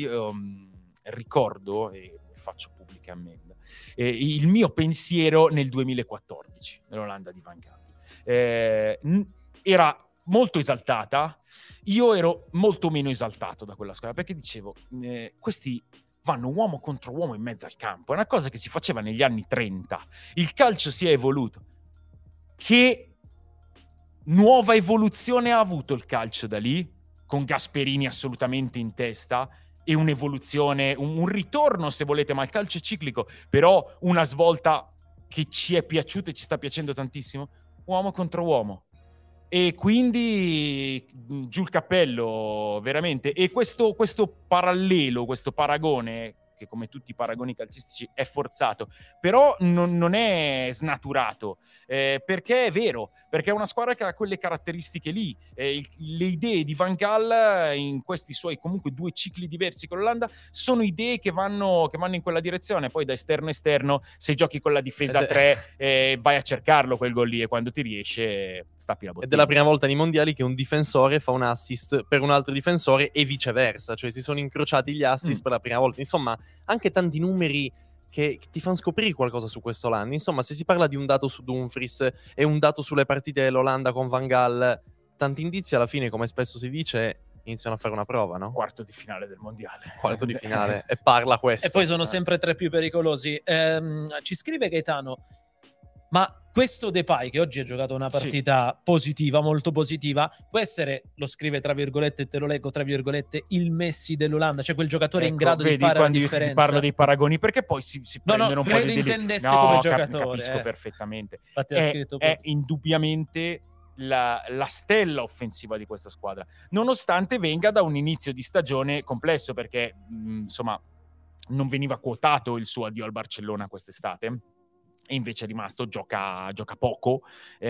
ricordo, e faccio pubblica ammenda, il mio pensiero nel 2014, nell'Olanda di Van Gaal. Era molto esaltata, io ero molto meno esaltato da quella squadra, perché dicevo, questi vanno uomo contro uomo in mezzo al campo. È una cosa che si faceva negli anni 30. Il calcio si è evoluto. Che nuova evoluzione ha avuto il calcio da lì? Con Gasperini assolutamente in testa, e un'evoluzione, un ritorno, se volete, ma il calcio è ciclico, però una svolta che ci è piaciuta e ci sta piacendo tantissimo. Uomo contro uomo. E quindi giù il cappello, veramente. E questo parallelo, questo paragone, che come tutti i paragoni calcistici è forzato, però non è snaturato, perché è vero, perché è una squadra che ha quelle caratteristiche lì. Le idee di Van Gaal in questi suoi comunque 2 cicli diversi con l'Olanda sono idee che vanno in quella direzione. Poi da esterno a esterno, se giochi con la difesa a 3, vai a cercarlo quel gol lì, e quando ti riesce stappi la bottiglia. Ed è la prima volta nei mondiali che un difensore fa un assist per un altro difensore e viceversa, cioè si sono incrociati gli assist per la prima volta. Insomma, anche tanti numeri che ti fanno scoprire qualcosa su questo Olanda. Insomma, se si parla di un dato su Dumfries e un dato sulle partite dell'Olanda con Van Gaal, tanti indizi alla fine, come spesso si dice, iniziano a fare una prova, no? Quarto di finale del mondiale. Quarto di finale. E parla questo. E poi sono sempre 3 più pericolosi. Ci scrive Gaetano, ma questo Depay, che oggi ha giocato una partita positiva, molto positiva, può essere, lo scrive tra virgolette, te lo leggo tra virgolette, il Messi dell'Olanda, cioè quel giocatore in grado di fare la differenza? Io ti parlo dei paragoni, perché poi si prendono un po' di intendesse come giocatore. Capisco perfettamente. Infatti ha scritto è indubbiamente la stella offensiva di questa squadra, nonostante venga da un inizio di stagione complesso, perché insomma non veniva quotato il suo addio al Barcellona quest'estate, e invece è rimasto, gioca poco,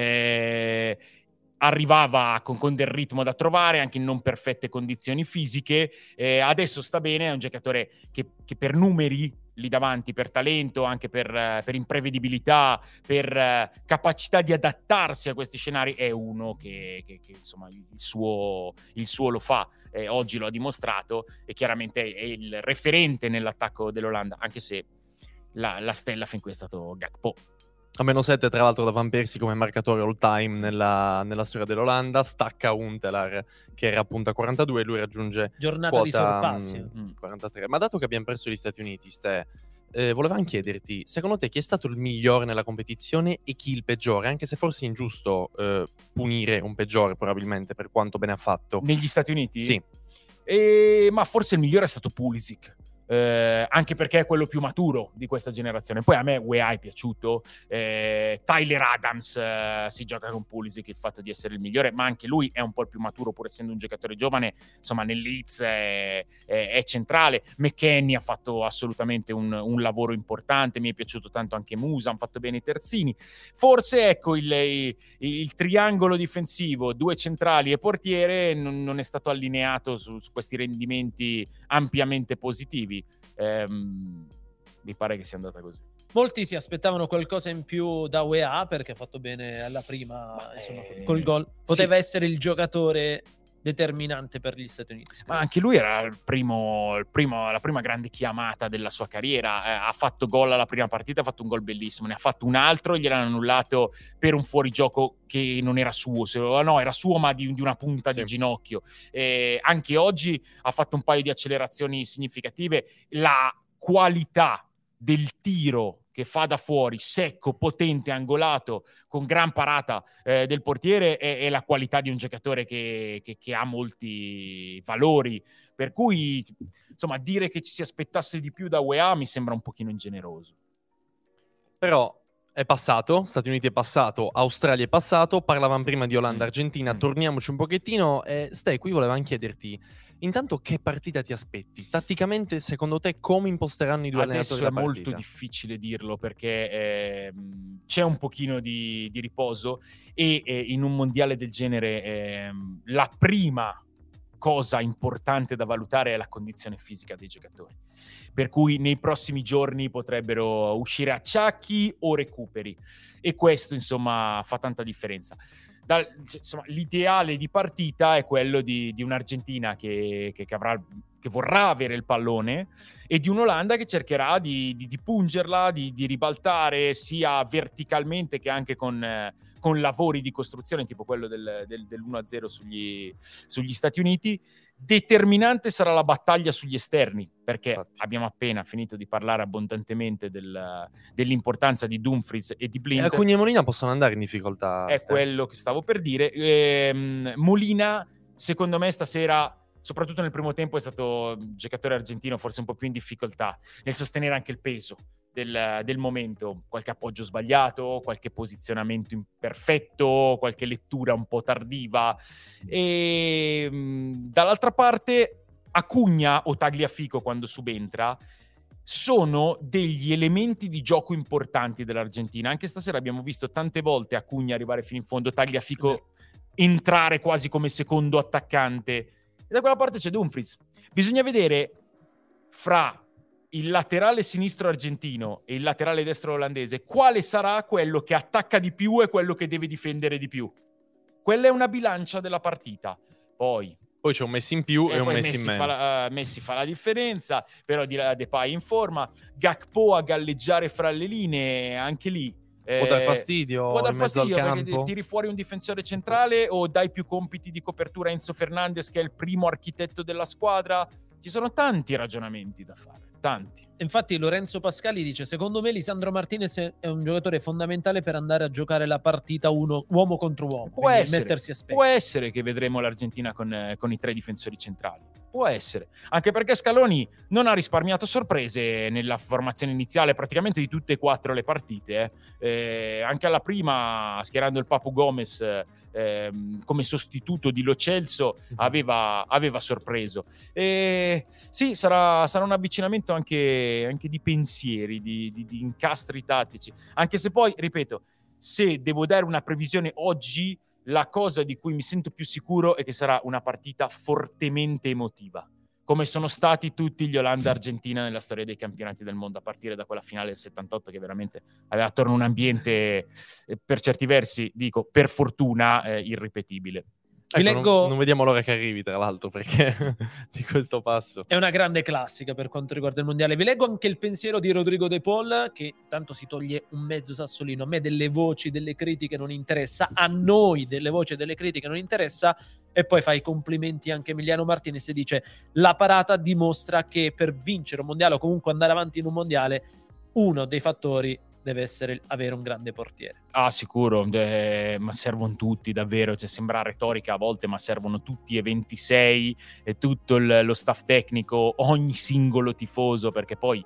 arrivava con del ritmo da trovare, anche in non perfette condizioni fisiche, adesso sta bene, è un giocatore che per numeri lì davanti, per talento, anche per imprevedibilità, per capacità di adattarsi a questi scenari, è uno che insomma il suo lo fa, oggi lo ha dimostrato, e chiaramente è il referente nell'attacco dell'Olanda, anche se la stella fin qui è stato Gakpo. A -7 tra l'altro da Van Persie come marcatore all time nella storia dell'Olanda, stacca Huntelaar che era appunto a 42 e lui raggiunge giornata di sorpassi 43. Ma dato che abbiamo perso gli Stati Uniti, volevamo chiederti, secondo te chi è stato il migliore nella competizione e chi il peggiore, anche se forse è ingiusto punire un peggiore probabilmente per quanto bene ha fatto. Negli Stati Uniti? Sì. Ma forse il migliore è stato Pulisic. Anche perché è quello più maturo di questa generazione. Poi a me Weah è piaciuto, Tyler Adams, si gioca con Pulisic, il fatto di essere il migliore, ma anche lui è un po' il più maturo, pur essendo un giocatore giovane, insomma nel Leeds è centrale. McKennie ha fatto assolutamente un lavoro importante, mi è piaciuto tanto anche Musa, hanno fatto bene i terzini. Forse ecco il triangolo difensivo, 2 centrali e portiere, non è stato allineato su questi rendimenti ampiamente positivi. Mi pare che sia andata così. Molti si aspettavano qualcosa in più da Weah, perché ha fatto bene alla prima, insomma, col gol. Poteva essere il giocatore determinante per gli Stati Uniti. Ma anche lui era la prima grande chiamata della sua carriera, ha fatto gol alla prima partita, ha fatto un gol bellissimo, ne ha fatto un altro e gliel'hanno annullato per un fuorigioco che non era suo, era suo ma di una punta di ginocchio. Anche oggi ha fatto un paio di accelerazioni significative. La qualità del tiro che fa da fuori, secco, potente, angolato, con gran parata del portiere, è la qualità di un giocatore che ha molti valori, per cui insomma dire che ci si aspettasse di più da Weah mi sembra un pochino ingeneroso. Però è passato, Stati Uniti è passato, Australia è passato, parlavamo prima di Olanda-Argentina, torniamoci un pochettino. Ste, qui volevamo chiederti, intanto che partita ti aspetti? Tatticamente, secondo te, come imposteranno i due allenatori la partita? Adesso è molto difficile dirlo, perché c'è un pochino di riposo e in un mondiale del genere la prima cosa importante da valutare è la condizione fisica dei giocatori, per cui nei prossimi giorni potrebbero uscire acciacchi o recuperi, e questo insomma fa tanta differenza. Insomma, l'ideale di partita è quello di un'Argentina che vorrà avere il pallone, e di un'Olanda che cercherà di pungerla, di ribaltare sia verticalmente che anche con lavori di costruzione, tipo quello dell'1-0 sugli Stati Uniti. Determinante sarà la battaglia sugli esterni, perché abbiamo appena finito di parlare abbondantemente dell'importanza di Dumfries e di Blind. E Acuna e Molina possono andare in difficoltà. È quello che stavo per dire. Molina, secondo me, stasera, soprattutto nel primo tempo, è stato un giocatore argentino forse un po' più in difficoltà nel sostenere anche il peso del momento, qualche appoggio sbagliato, qualche posizionamento imperfetto, qualche lettura un po' tardiva, e dall'altra parte Acugna o Tagliafico quando subentra sono degli elementi di gioco importanti dell'Argentina. Anche stasera abbiamo visto tante volte Acugna arrivare fino in fondo, Tagliafico entrare quasi come secondo attaccante, e da quella parte c'è Dumfries. Bisogna vedere fra il laterale sinistro argentino e il laterale destro olandese quale sarà quello che attacca di più e quello che deve difendere di più. Quella è una bilancia della partita. Poi c'è un Messi in più e un Messi in meno. Messi fa la differenza, però di là Depay in forma, Gakpo a galleggiare fra le linee, anche lì può dar fastidio in mezzo al campo, perché tiri fuori un difensore centrale o dai più compiti di copertura a Enzo Fernandez, che è il primo architetto della squadra. Ci sono tanti ragionamenti da fare, tanti. Infatti Lorenzo Pascali dice: secondo me Lisandro Martinez è un giocatore fondamentale per andare a giocare la partita uomo contro uomo, può essere, mettersi a specchio. Può essere che vedremo l'Argentina con i 3 difensori centrali, può essere, anche perché Scaloni non ha risparmiato sorprese nella formazione iniziale praticamente di tutte e 4 le partite, anche alla prima, schierando il Papu Gomez come sostituto di Lo Celso, aveva sorpreso. Sì, sarà un avvicinamento anche di pensieri, di incastri tattici, anche se poi, ripeto, se devo dare una previsione oggi, la cosa di cui mi sento più sicuro è che sarà una partita fortemente emotiva, come sono stati tutti gli Olanda-Argentina nella storia dei campionati del mondo, a partire da quella finale del 78 che veramente aveva attorno un ambiente, per certi versi, dico, per fortuna, irripetibile. Ecco, non vediamo l'ora che arrivi, tra l'altro, perché di questo passo è una grande classica per quanto riguarda il mondiale. Vi leggo anche il pensiero di Rodrigo De Paul, che tanto si toglie un mezzo sassolino. A me delle voci, delle critiche non interessa, a noi delle voci e delle critiche non interessa, e poi fa i complimenti anche Emiliano Martinez e dice: la parata dimostra che per vincere un mondiale o comunque andare avanti in un mondiale, uno dei fattori deve essere avere un grande portiere. Ah, sicuro, ma servono tutti, davvero, sembra retorica a volte, ma servono tutti e 26 e tutto lo staff tecnico, ogni singolo tifoso, perché poi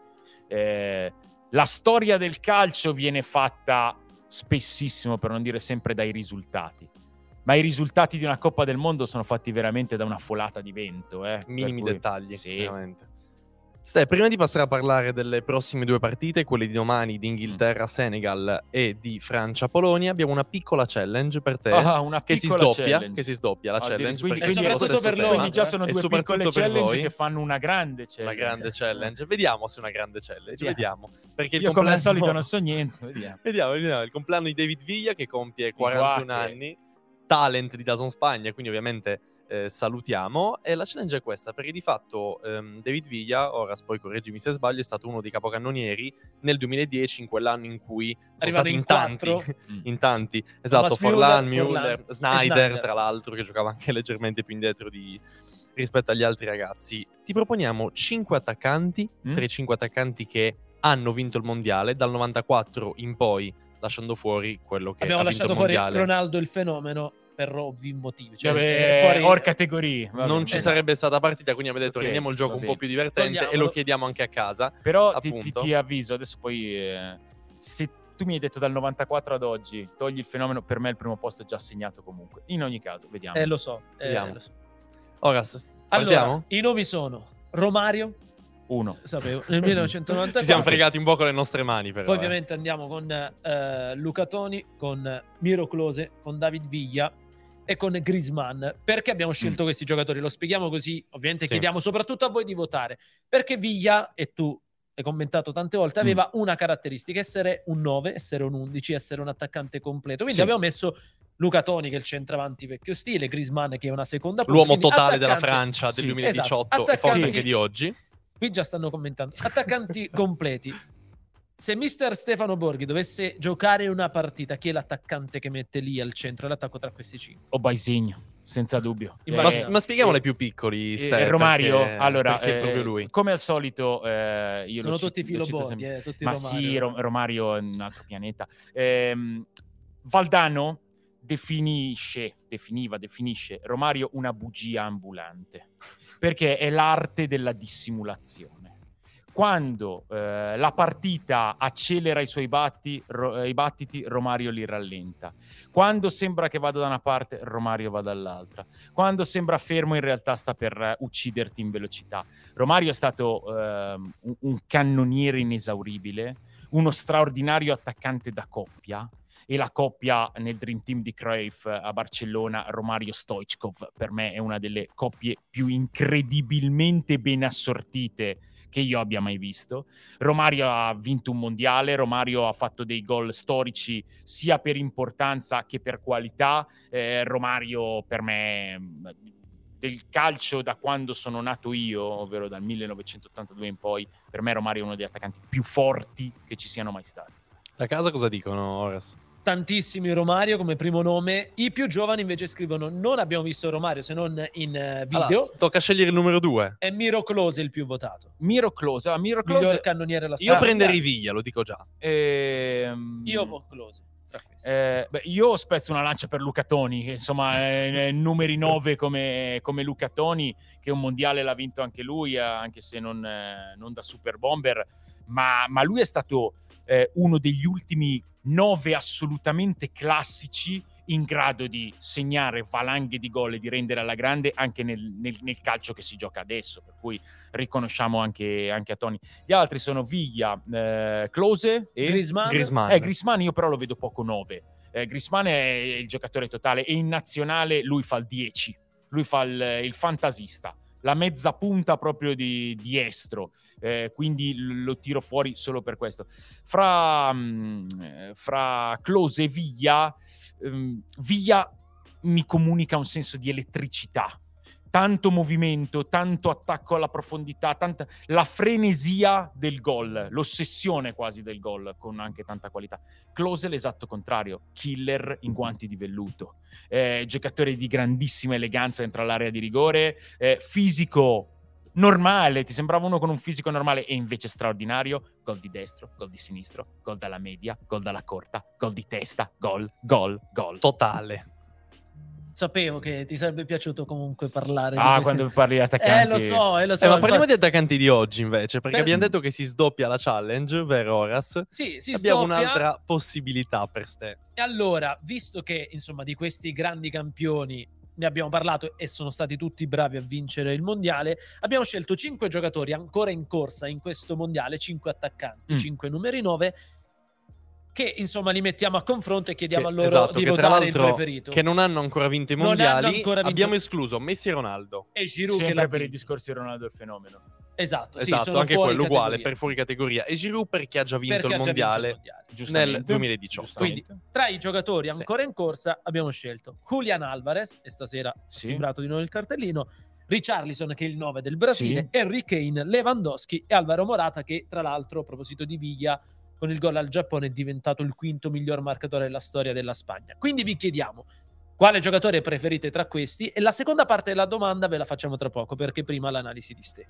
la storia del calcio viene fatta spessissimo, per non dire sempre, dai risultati. Ma i risultati di una Coppa del Mondo sono fatti veramente da una folata di vento. Minimi dettagli, sì. Veramente. Ste, prima di passare a parlare delle prossime 2 partite, quelle di domani, di Inghilterra-Senegal e di Francia-Polonia, abbiamo una piccola challenge per te, che si sdoppia la challenge. Quindi soprattutto per loro, quindi già sono 2 piccole challenge che fanno una grande challenge. Una grande challenge. Vediamo se è una grande challenge, vediamo. Perché io come al solito non so niente, vediamo. Il compleanno di David Villa, che compie 41 anni, talent di DAZN Spagna, quindi ovviamente salutiamo. E la challenge è questa, perché di fatto David Villa, ora poi correggimi se sbaglio, è stato uno dei capocannonieri nel 2010, in quell'anno in cui sono stati in tanti, esatto, Forlan, Müller, Sneijder, tra l'altro, che giocava anche leggermente più indietro rispetto agli altri ragazzi. Ti proponiamo 5 attaccanti, tra i 5 attaccanti che hanno vinto il mondiale dal 94 in poi, lasciando fuori quello che abbiamo ha vinto il lasciato mondiale. Fuori Ronaldo il fenomeno per ovvi motivi, fuori categorie. Non ci sarebbe stata partita, quindi abbiamo detto rendiamo il gioco un po' più divertente e lo chiediamo anche a casa. Però ti avviso, adesso poi se tu mi hai detto dal 94 ad oggi togli il fenomeno, per me il primo posto è già assegnato comunque. In ogni caso, vediamo. Lo so. Oras, allora, i nomi sono Romario, 1. Sapevo, nel 1994. Ci siamo fregati un po' con le nostre mani, però. Poi ovviamente andiamo con Luca Toni, con Miro Klose, con David Villa e con Griezmann. Perché abbiamo scelto questi giocatori? Lo spieghiamo così, ovviamente chiediamo soprattutto a voi di votare. Perché Villa, e tu hai commentato tante volte, aveva una caratteristica: essere un 9, essere un 11, essere un attaccante completo. Quindi abbiamo messo Luca Toni, che è il centravanti vecchio stile, Griezmann, che è una seconda punta, l'uomo totale della Francia del 2018 e forse anche di oggi. Qui già stanno commentando. Attaccanti completi. Se mister Stefano Borghi dovesse giocare una partita, chi è l'attaccante che mette lì al centro dell'attacco tra questi 5? O Baisigno, senza dubbio. Ma spieghiamole più piccoli, Romario, perché, allora, perché è proprio lui. Come al solito, io sono tutti filo Borghi, tutti ma Romario. sì, Romario è un altro pianeta. Valdano definisce Romario una bugia ambulante, perché è l'arte della dissimulazione. quando la partita accelera i suoi battiti, Romario li rallenta. Quando sembra che vada da una parte, Romario va dall'altra. Quando sembra fermo, in realtà sta per ucciderti in velocità. Romario è stato un cannoniere inesauribile, uno straordinario attaccante da coppia, e la coppia nel Dream Team di Cruyff a Barcellona, Romario-Stoichkov, per me è una delle coppie più incredibilmente ben assortite che io abbia mai visto. Romario ha vinto un mondiale, Romario ha fatto dei gol storici sia per importanza che per qualità. Romario per me del calcio da quando sono nato io, ovvero dal 1982 in poi, per me Romario è uno degli attaccanti più forti che ci siano mai stati. Da casa cosa dicono, Horace? Tantissimi Romario come primo nome. I più giovani invece scrivono: non abbiamo visto Romario se non in video. Allora, tocca scegliere il numero 2. È Miro Klose il più votato. Miro Klose, Miglior cannoniere della Io storia. prenderei Viglia, lo dico già. Io vo Klose. Io spezzo una lancia per Luca Toni, che insomma è numeri 9 come Luca Toni, che un mondiale l'ha vinto anche lui, anche se non da super bomber, ma lui è stato uno degli ultimi 9 assolutamente classici in grado di segnare valanghe di gol e di rendere alla grande anche nel calcio che si gioca adesso, per cui riconosciamo anche a Toni. Gli altri sono Viglia, Klose e Griezmann. Griezmann io però lo vedo poco 9. Griezmann è il giocatore totale, e in nazionale lui fa il 10, lui fa il fantasista, la mezza punta proprio di estro, quindi lo tiro fuori solo per questo. Fra Klose e Viglia, Viglia mi comunica un senso di elettricità, tanto movimento, tanto attacco alla profondità, la frenesia del gol, l'ossessione quasi del gol, con anche tanta qualità. Klose l'esatto contrario, killer in guanti di velluto, giocatore di grandissima eleganza dentro l'area di rigore, fisico normale, ti sembrava uno con un fisico normale e invece straordinario, gol di destro, gol di sinistro, gol dalla media, gol dalla corta, gol di testa, gol. Totale. Sapevo che ti sarebbe piaciuto comunque parlare di quando parli di attaccanti. Lo so. Ma parliamo di attaccanti di oggi invece, perché abbiamo detto che si sdoppia la challenge, vero Horace? Sì, si abbiamo sdoppia. un'altra possibilità per te. E allora, visto che insomma di questi grandi campioni ne abbiamo parlato e sono stati tutti bravi a vincere il mondiale, abbiamo scelto 5 giocatori ancora in corsa in questo mondiale, 5 attaccanti, 5 numeri 9, che insomma li mettiamo a confronto e chiediamo a loro di votare il preferito. Che non hanno ancora vinto i mondiali. Abbiamo escluso Messi e Ronaldo. E Giroud, sempre per i discorsi di Ronaldo il fenomeno. Esatto, sono anche quello uguale, per fuori categoria. E Giroud perché ha già vinto il mondiale nel 2018. Quindi tra i giocatori ancora in corsa abbiamo scelto Julián Álvarez, e stasera ha timbrato di nuovo il cartellino, Richarlison che è il 9 del Brasile, Harry Kane, Lewandowski e Alvaro Morata, che tra l'altro, a proposito di Viglia, con il gol al Giappone è diventato il quinto miglior marcatore della storia della Spagna. Quindi vi chiediamo quale giocatore preferite tra questi, e la seconda parte della domanda ve la facciamo tra poco, perché prima l'analisi di Ste.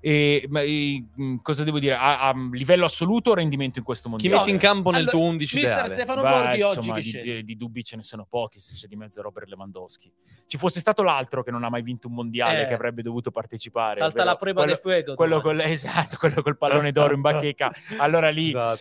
Cosa devo dire? A livello assoluto o rendimento in questo mondiale? Chi metti in campo nel tuo 11 Mister ideale? Stefano Borghi oggi che sceglie? Di dubbi ce ne sono pochi, se c'è di mezzo Robert Lewandowski. Ci fosse stato l'altro che non ha mai vinto un mondiale, che avrebbe dovuto partecipare. Salta la prueba del fuego. Quello col pallone d'oro in bacheca. Allora lì non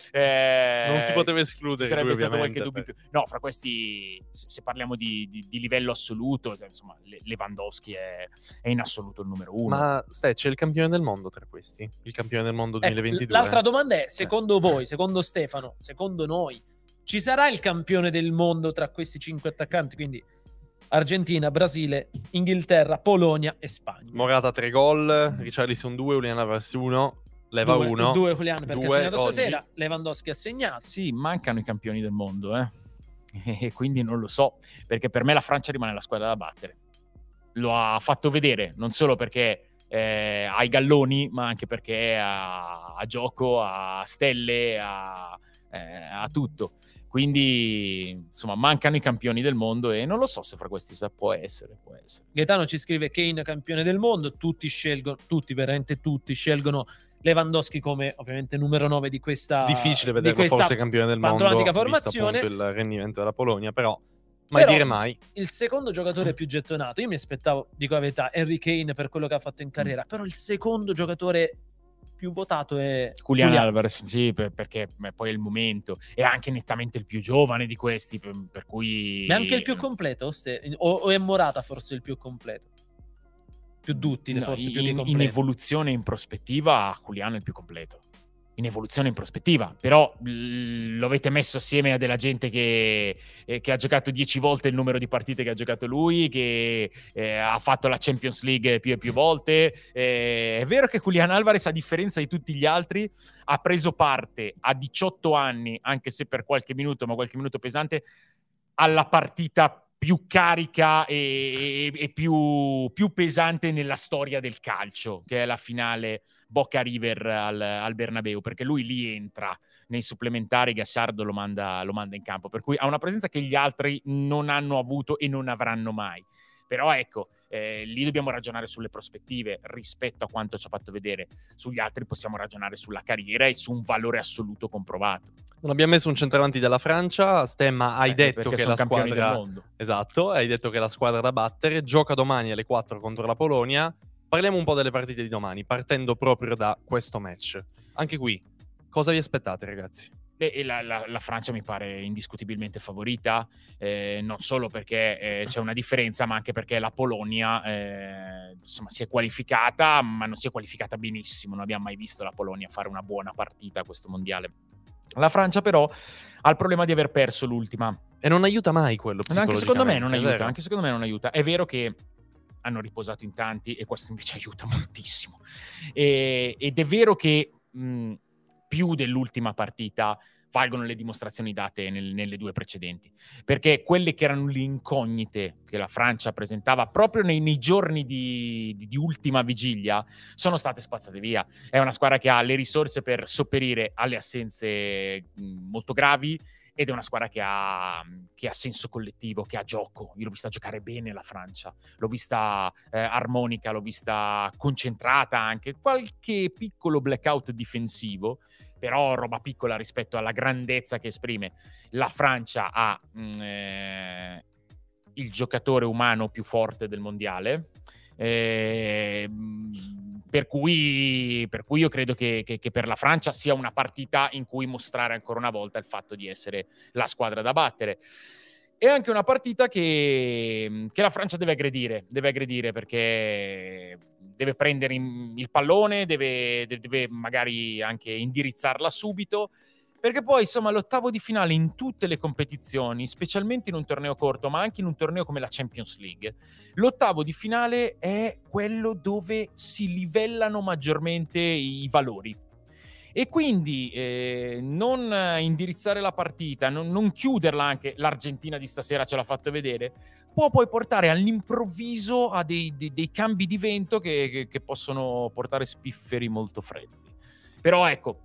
si poteva escludere. Sarebbe stato qualche dubbio in più. No, fra questi, se parliamo di livello assoluto, insomma, Lewandowski è in assoluto il numero 1. Ma c'è il campione del mondo tra questi? Il campione del mondo 2022? L'altra domanda è, secondo voi, secondo Stefano, secondo noi, ci sarà il campione del mondo tra questi 5 attaccanti? Quindi Argentina, Brasile, Inghilterra, Polonia e Spagna. Morata 3 gol, Richarlison 2, Julián Álvarez 1, Leva 1. 2 Julián perché ha segnato stasera, Lewandowski ha segnato. Sì, mancano i campioni del mondo, e quindi non lo so, perché per me la Francia rimane la squadra da battere. Lo ha fatto vedere, non solo perché ha i galloni, ma anche perché ha gioco, ha stelle, ha tutto. Quindi insomma mancano i campioni del mondo e non lo so se fra questi può essere. Gaetano ci scrive Kane campione del mondo, veramente tutti scelgono Lewandowski come ovviamente numero 9 di questa difficile vederlo forse campione del mondo formazione, visto appunto il rendimento della Polonia, però dire mai. Il secondo giocatore più gettonato, io mi aspettavo, dico la verità, Harry Kane per quello che ha fatto in carriera, però il secondo giocatore più votato è Julián Álvarez, sì, perché poi è il momento, è anche nettamente il più giovane di questi, per cui... Ma è anche il più completo? O è Morata forse il più completo? Più duttile, forse più che completo. In evoluzione, in prospettiva, Julián è il più completo. In evoluzione, in prospettiva. Però lo avete messo assieme a della gente che ha giocato 10 volte il numero di partite che ha giocato lui, che ha fatto la Champions League più e più volte. È vero che Julián Álvarez, a differenza di tutti gli altri, ha preso parte a 18 anni, anche se per qualche minuto, ma qualche minuto pesante, alla partita più carica e più pesante nella storia del calcio, che è la finale Boca River al Bernabeu, perché lui lì entra nei supplementari, Gallardo lo manda in campo, per cui ha una presenza che gli altri non hanno avuto e non avranno mai. Però ecco, lì dobbiamo ragionare sulle prospettive rispetto a quanto ci ha fatto vedere. Sugli altri possiamo ragionare sulla carriera e su un valore assoluto comprovato. Non abbiamo messo un centravanti della Francia. Stemma, hai detto che la campioni squadra... del mondo. Esatto, hai detto che è la squadra da battere. Gioca domani alle 4 contro la Polonia. Parliamo un po' delle partite di domani, partendo proprio da questo match. Anche qui, cosa vi aspettate, ragazzi? La Francia mi pare indiscutibilmente favorita, non solo perché c'è una differenza, ma anche perché la Polonia insomma, si è qualificata, ma non si è qualificata benissimo. Non abbiamo mai visto la Polonia fare una buona partita a questo mondiale. La Francia però ha il problema di aver perso l'ultima. E non aiuta mai quello psicologicamente. Anche secondo me non aiuta. È vero che hanno riposato in tanti e questo invece aiuta moltissimo. Ed è vero che più dell'ultima partita valgono le dimostrazioni date nelle due precedenti, perché quelle che erano le incognite che la Francia presentava proprio nei giorni di ultima vigilia sono state spazzate via. È una squadra che ha le risorse per sopperire alle assenze molto gravi, ed è una squadra che ha senso collettivo, che ha gioco. Io l'ho vista giocare bene la Francia, l'ho vista armonica, l'ho vista concentrata, anche qualche piccolo blackout difensivo, però roba piccola rispetto alla grandezza che esprime. La Francia ha il giocatore umano più forte del mondiale, per cui io credo che per la Francia sia una partita in cui mostrare ancora una volta il fatto di essere la squadra da battere. È anche una partita che la Francia deve aggredire perché deve prendere il pallone, deve magari anche indirizzarla subito, perché poi insomma l'ottavo di finale in tutte le competizioni, specialmente in un torneo corto ma anche in un torneo come la Champions League, l'ottavo di finale è quello dove si livellano maggiormente i valori. E quindi non indirizzare la partita, non chiuderla, anche l'Argentina di stasera ce l'ha fatto vedere, può poi portare all'improvviso a dei cambi di vento che possono portare spifferi molto freddi. Però ecco,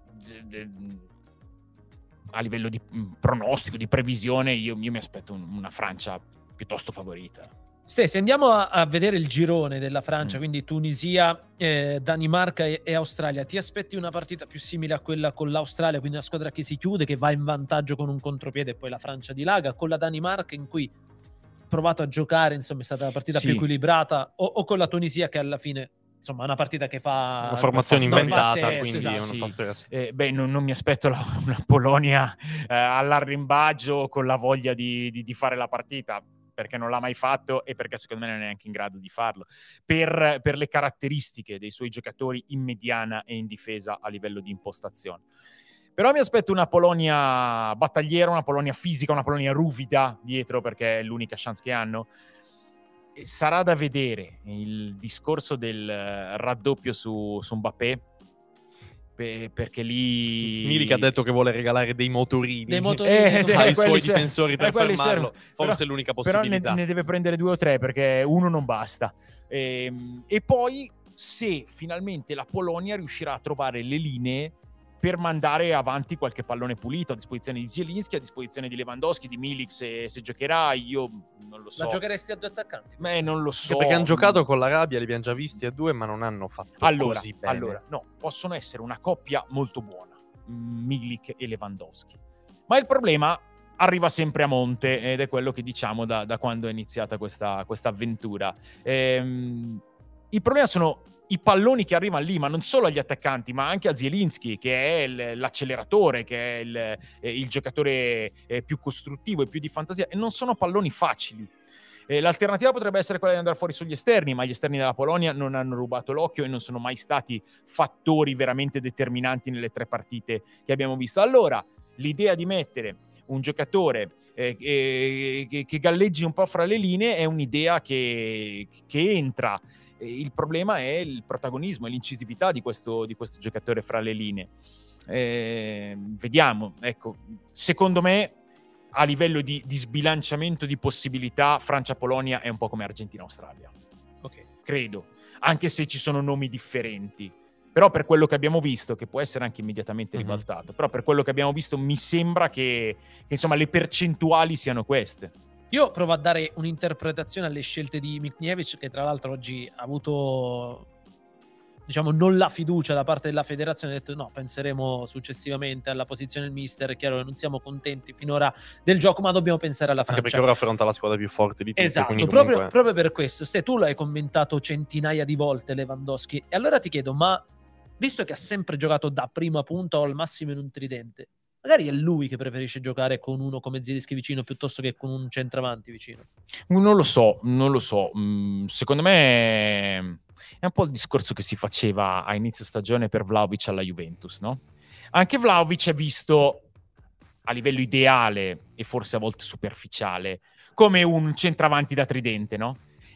a livello di pronostico, di previsione, io mi aspetto una Francia piuttosto favorita. Se andiamo a vedere il girone della Francia, quindi Tunisia, Danimarca e Australia, ti aspetti una partita più simile a quella con l'Australia, quindi una squadra che si chiude, che va in vantaggio con un contropiede e poi la Francia dilaga, con la Danimarca in cui ha provato a giocare, insomma è stata la partita più equilibrata, o con la Tunisia che alla fine insomma è una partita che fa una formazione inventata, quindi esatto. Non mi aspetto una Polonia all'arrimbaggio con la voglia di fare la partita, perché non l'ha mai fatto e perché secondo me non è neanche in grado di farlo, per le caratteristiche dei suoi giocatori in mediana e in difesa a livello di impostazione. Però mi aspetto una Polonia battagliera, una Polonia fisica, una Polonia ruvida dietro, perché è l'unica chance che hanno. E sarà da vedere il discorso del raddoppio su Mbappé, perché lì Milik ha detto che vuole regalare dei motorini ai suoi difensori per fermarlo. Forse però, è l'unica possibilità. Però ne deve prendere 2 o 3, perché uno non basta. E poi se finalmente la Polonia riuscirà a trovare le linee per mandare avanti qualche pallone pulito a disposizione di Zielinski, a disposizione di Lewandowski, di Milik se giocherà, io non lo so. La giocheresti a 2 attaccanti? Non lo so. Perché hanno giocato con l'Arabia, li abbiamo già visti a 2, ma non hanno fatto così bene. Allora, no, possono essere una coppia molto buona, Milik e Lewandowski. Ma il problema arriva sempre a monte, ed è quello che diciamo da quando è iniziata questa avventura. Il problema sono i palloni che arrivano lì, ma non solo agli attaccanti, ma anche a Zielinski, che è l'acceleratore, che è il giocatore più costruttivo e più di fantasia, e non sono palloni facili. L'alternativa potrebbe essere quella di andare fuori sugli esterni, ma gli esterni della Polonia non hanno rubato l'occhio e non sono mai stati fattori veramente determinanti nelle 3 partite che abbiamo visto. Allora, l'idea di mettere un giocatore che galleggi un po' fra le linee è un'idea che entra. Il problema è il protagonismo e l'incisività di questo giocatore fra le linee. Vediamo, ecco, secondo me a livello di sbilanciamento di possibilità Francia-Polonia è un po' come Argentina-Australia. Ok. Credo, anche se ci sono nomi differenti. Però per quello che abbiamo visto, che può essere anche immediatamente ribaltato, però per quello che abbiamo visto mi sembra che insomma le percentuali siano queste. Io provo a dare un'interpretazione alle scelte di Mikniewicz, che tra l'altro oggi ha avuto, diciamo, non la fiducia da parte della federazione, ha detto no, penseremo successivamente alla posizione del mister, è chiaro che non siamo contenti finora del gioco, ma dobbiamo pensare alla Francia. Anche perché ora affronta la squadra più forte di tutti. Esatto, Comunque... proprio per questo. Tu l'hai commentato centinaia di volte Lewandowski, e allora ti chiedo, ma visto che ha sempre giocato da prima punta o al massimo in un tridente, magari è lui che preferisce giocare con uno come Zielinski vicino piuttosto che con un centravanti vicino? Non lo so. Secondo me è un po' il discorso che si faceva a inizio stagione per Vlahovic alla Juventus, no? Anche Vlahovic è visto a livello ideale e forse a volte superficiale come un centravanti da tridente, no?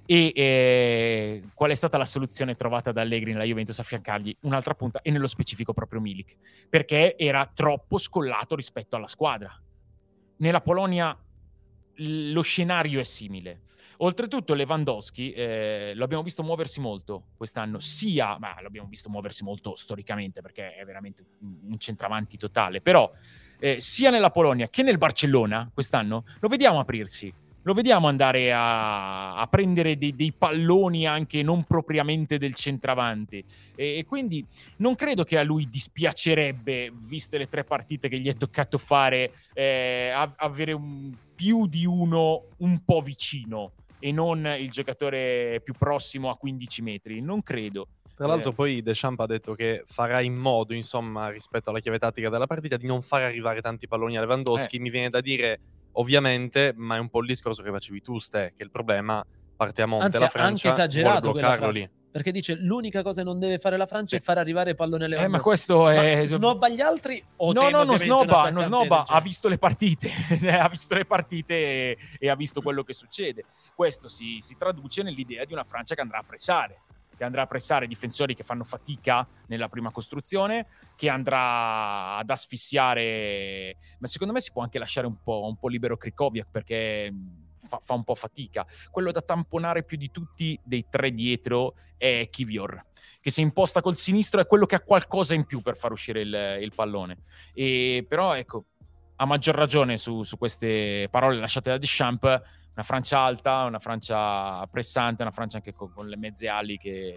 E qual è stata la soluzione trovata da Allegri nella Juventus? Affiancargli un'altra punta, e nello specifico proprio Milik, perché era troppo scollato rispetto alla squadra. Nella Polonia lo scenario è simile. Oltretutto Lewandowski lo abbiamo visto muoversi molto quest'anno, lo abbiamo visto muoversi molto storicamente perché è veramente un centravanti totale, però sia nella Polonia che nel Barcellona quest'anno lo vediamo aprirsi. Lo vediamo andare a prendere dei palloni anche non propriamente del centravanti. E quindi non credo che a lui dispiacerebbe, viste le 3 partite che gli è toccato fare, avere più di uno un po' vicino e non il giocatore più prossimo a 15 metri. Non credo. Tra l'altro poi Deschamps ha detto che farà in modo, insomma, rispetto alla chiave tattica della partita, di non far arrivare tanti palloni a Lewandowski. Mi viene da dire... Ovviamente, ma è un po' il discorso che facevi tu, Ste, che il problema parte a monte. Anzi, la Francia anche esagerato vuole bloccarlo lì. Perché dice l'unica cosa che non deve fare la Francia è fare arrivare il pallone a Lewandowski. Ma questo è... snobba gli altri? O no, non snobba, ha ha visto le partite, ha visto le partite e ha visto quello che succede. Questo si traduce nell'idea di una Francia che andrà a pressare difensori che fanno fatica nella prima costruzione, che andrà ad asfissiare, ma secondo me si può anche lasciare un po' libero Krychowiak, perché fa un po' fatica. Quello da tamponare più di tutti dei 3 dietro è Kiwior, che si imposta col sinistro, è quello che ha qualcosa in più per far uscire il pallone. E però ecco, a maggior ragione su queste parole lasciate da Deschamps, una Francia alta, una Francia pressante, una Francia anche con le mezze ali,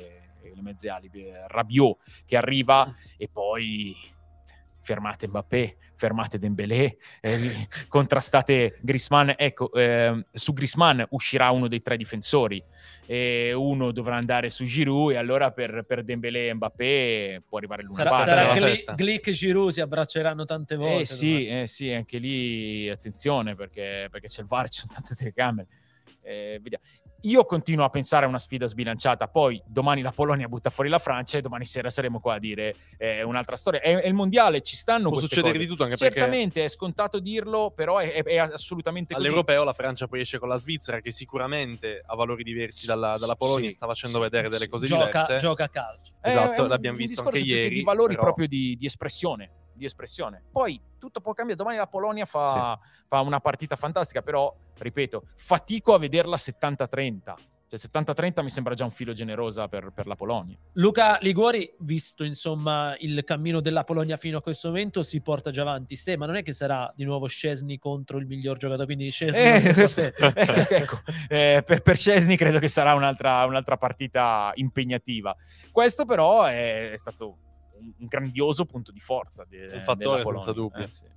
Rabiot che arriva, e poi fermate Mbappé, fermate Dembélé, contrastate Griezmann. Ecco, su Griezmann uscirà uno dei 3 difensori, uno dovrà andare su Giroud, e allora per Dembélé e Mbappé può arrivare l'1-4. Sarà Glick e Giroud si abbracceranno tante volte. Sì, anche lì attenzione, perché c'è il VAR, ci sono tante telecamere. Vediamo. Io continuo a pensare a una sfida sbilanciata. Poi domani la Polonia butta fuori la Francia e domani sera saremo qua a dire un'altra storia. È il mondiale, ci stanno può queste succedere cose. Di tutto, anche certamente perché è scontato dirlo, però è assolutamente così. All'europeo la Francia poi esce con la Svizzera, che sicuramente ha valori diversi dalla Polonia, sta facendo vedere delle cose diverse. Gioca a calcio. Esatto, l'abbiamo visto anche ieri. Di valori però... proprio di espressione. Poi tutto può cambiare. Domani la Polonia fa una partita fantastica, però ripeto, fatico a vederla 70-30. Cioè 70-30 mi sembra già un filo generosa per la Polonia. Luca Liguori, visto insomma il cammino della Polonia fino a questo momento, si porta già avanti. Ma non è che sarà di nuovo Szczesny contro il miglior giocatore, quindi Szczesny ecco, per Szczesny credo che sarà un'altra partita impegnativa. Questo però è stato un grandioso punto di forza un fattore della Polonia. senza dubbio. Sì.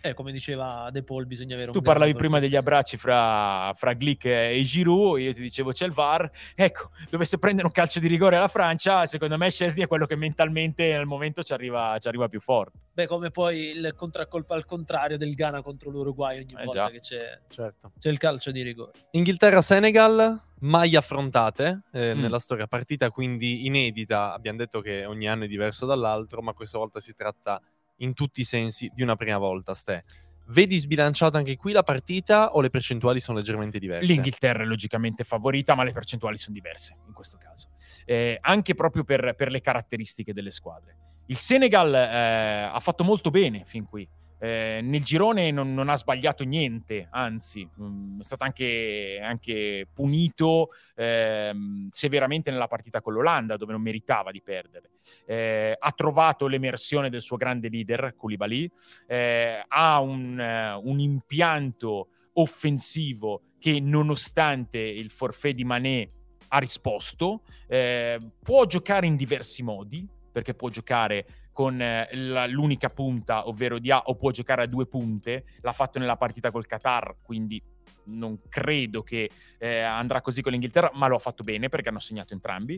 Come diceva De Paul, bisogna avere un Tu parlavi grado prima degli abbracci fra Glick e Giroud, io ti dicevo c'è il VAR. Ecco, dovesse prendere un calcio di rigore alla Francia, secondo me Szczęsny è quello che mentalmente nel momento ci arriva più forte. Beh, come poi il contraccolpo al contrario del Ghana contro l'Uruguay ogni volta già. che c'è Certo. il calcio di rigore. Inghilterra-Senegal, mai affrontate nella storia, partita quindi inedita. Abbiamo detto che ogni anno è diverso dall'altro, ma questa volta si tratta in tutti i sensi di una prima volta. Vedi sbilanciata anche qui la partita o le percentuali sono leggermente diverse? L'Inghilterra è logicamente favorita, ma le percentuali sono diverse in questo caso, anche proprio per le caratteristiche delle squadre. Il Senegal ha fatto molto bene fin qui. Nel girone non ha sbagliato niente, anzi è stato anche punito severamente nella partita con l'Olanda, dove non meritava di perdere. Ha trovato l'emersione del suo grande leader Koulibaly, ha un impianto offensivo che, nonostante il forfait di Mané, ha risposto. Può giocare in diversi modi, perché può giocare con l'unica punta, ovvero Dia, o può giocare a 2 punte. L'ha fatto nella partita col Qatar, quindi non credo che andrà così con l'Inghilterra, ma lo ha fatto bene perché hanno segnato entrambi.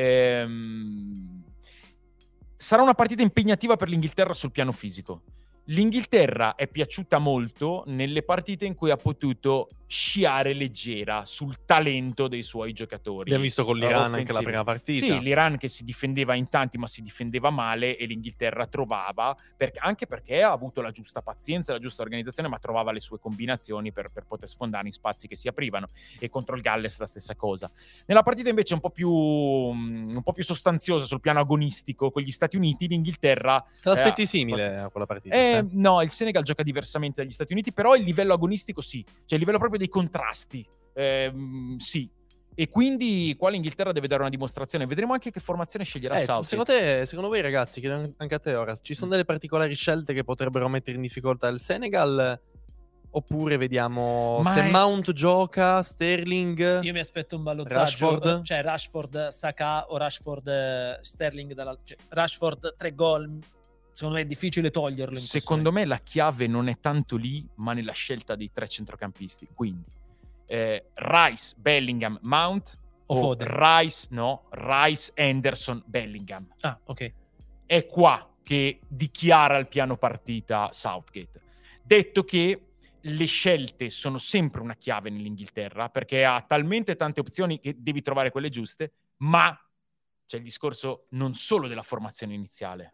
Sarà una partita impegnativa per l'Inghilterra sul piano fisico. L'Inghilterra è piaciuta molto nelle partite in cui ha potuto sciare leggera sul talento dei suoi giocatori. Abbiamo visto con l'Iran offensivi. anche la prima partita. Sì, l'Iran che si difendeva in tanti, ma si difendeva male, e l'Inghilterra trovava, anche perché ha avuto la giusta pazienza, la giusta organizzazione, ma trovava le sue combinazioni per poter sfondare in spazi che si aprivano. E contro il Galles la stessa cosa. Nella partita invece un po' più sostanziosa sul piano agonistico con gli Stati Uniti, l'Inghilterra... Te l'aspetti simile a quella partita? No, il Senegal gioca diversamente dagli Stati Uniti, però il livello agonistico sì, cioè il livello proprio dei contrasti, sì. E quindi qua l'Inghilterra deve dare una dimostrazione. Vedremo anche che formazione sceglierà Southgate. Secondo voi, ragazzi, chiedo anche a te ora, ci sono delle particolari scelte che potrebbero mettere in difficoltà il Senegal? Oppure vediamo se Mount gioca, Sterling, Io mi aspetto un ballottaggio, Rashford? cioè Rashford Saka o Rashford Sterling cioè, Rashford 3 gol. Secondo me è difficile toglierlo. Secondo me la chiave non è tanto lì, ma nella scelta dei 3 centrocampisti. Quindi Rice, Bellingham, Mount, o Foden. Rice, Henderson, Bellingham. Ah, ok. È qua che dichiara il piano partita Southgate. Detto che le scelte sono sempre una chiave nell'Inghilterra, perché ha talmente tante opzioni che devi trovare quelle giuste, ma c'è il discorso non solo della formazione iniziale,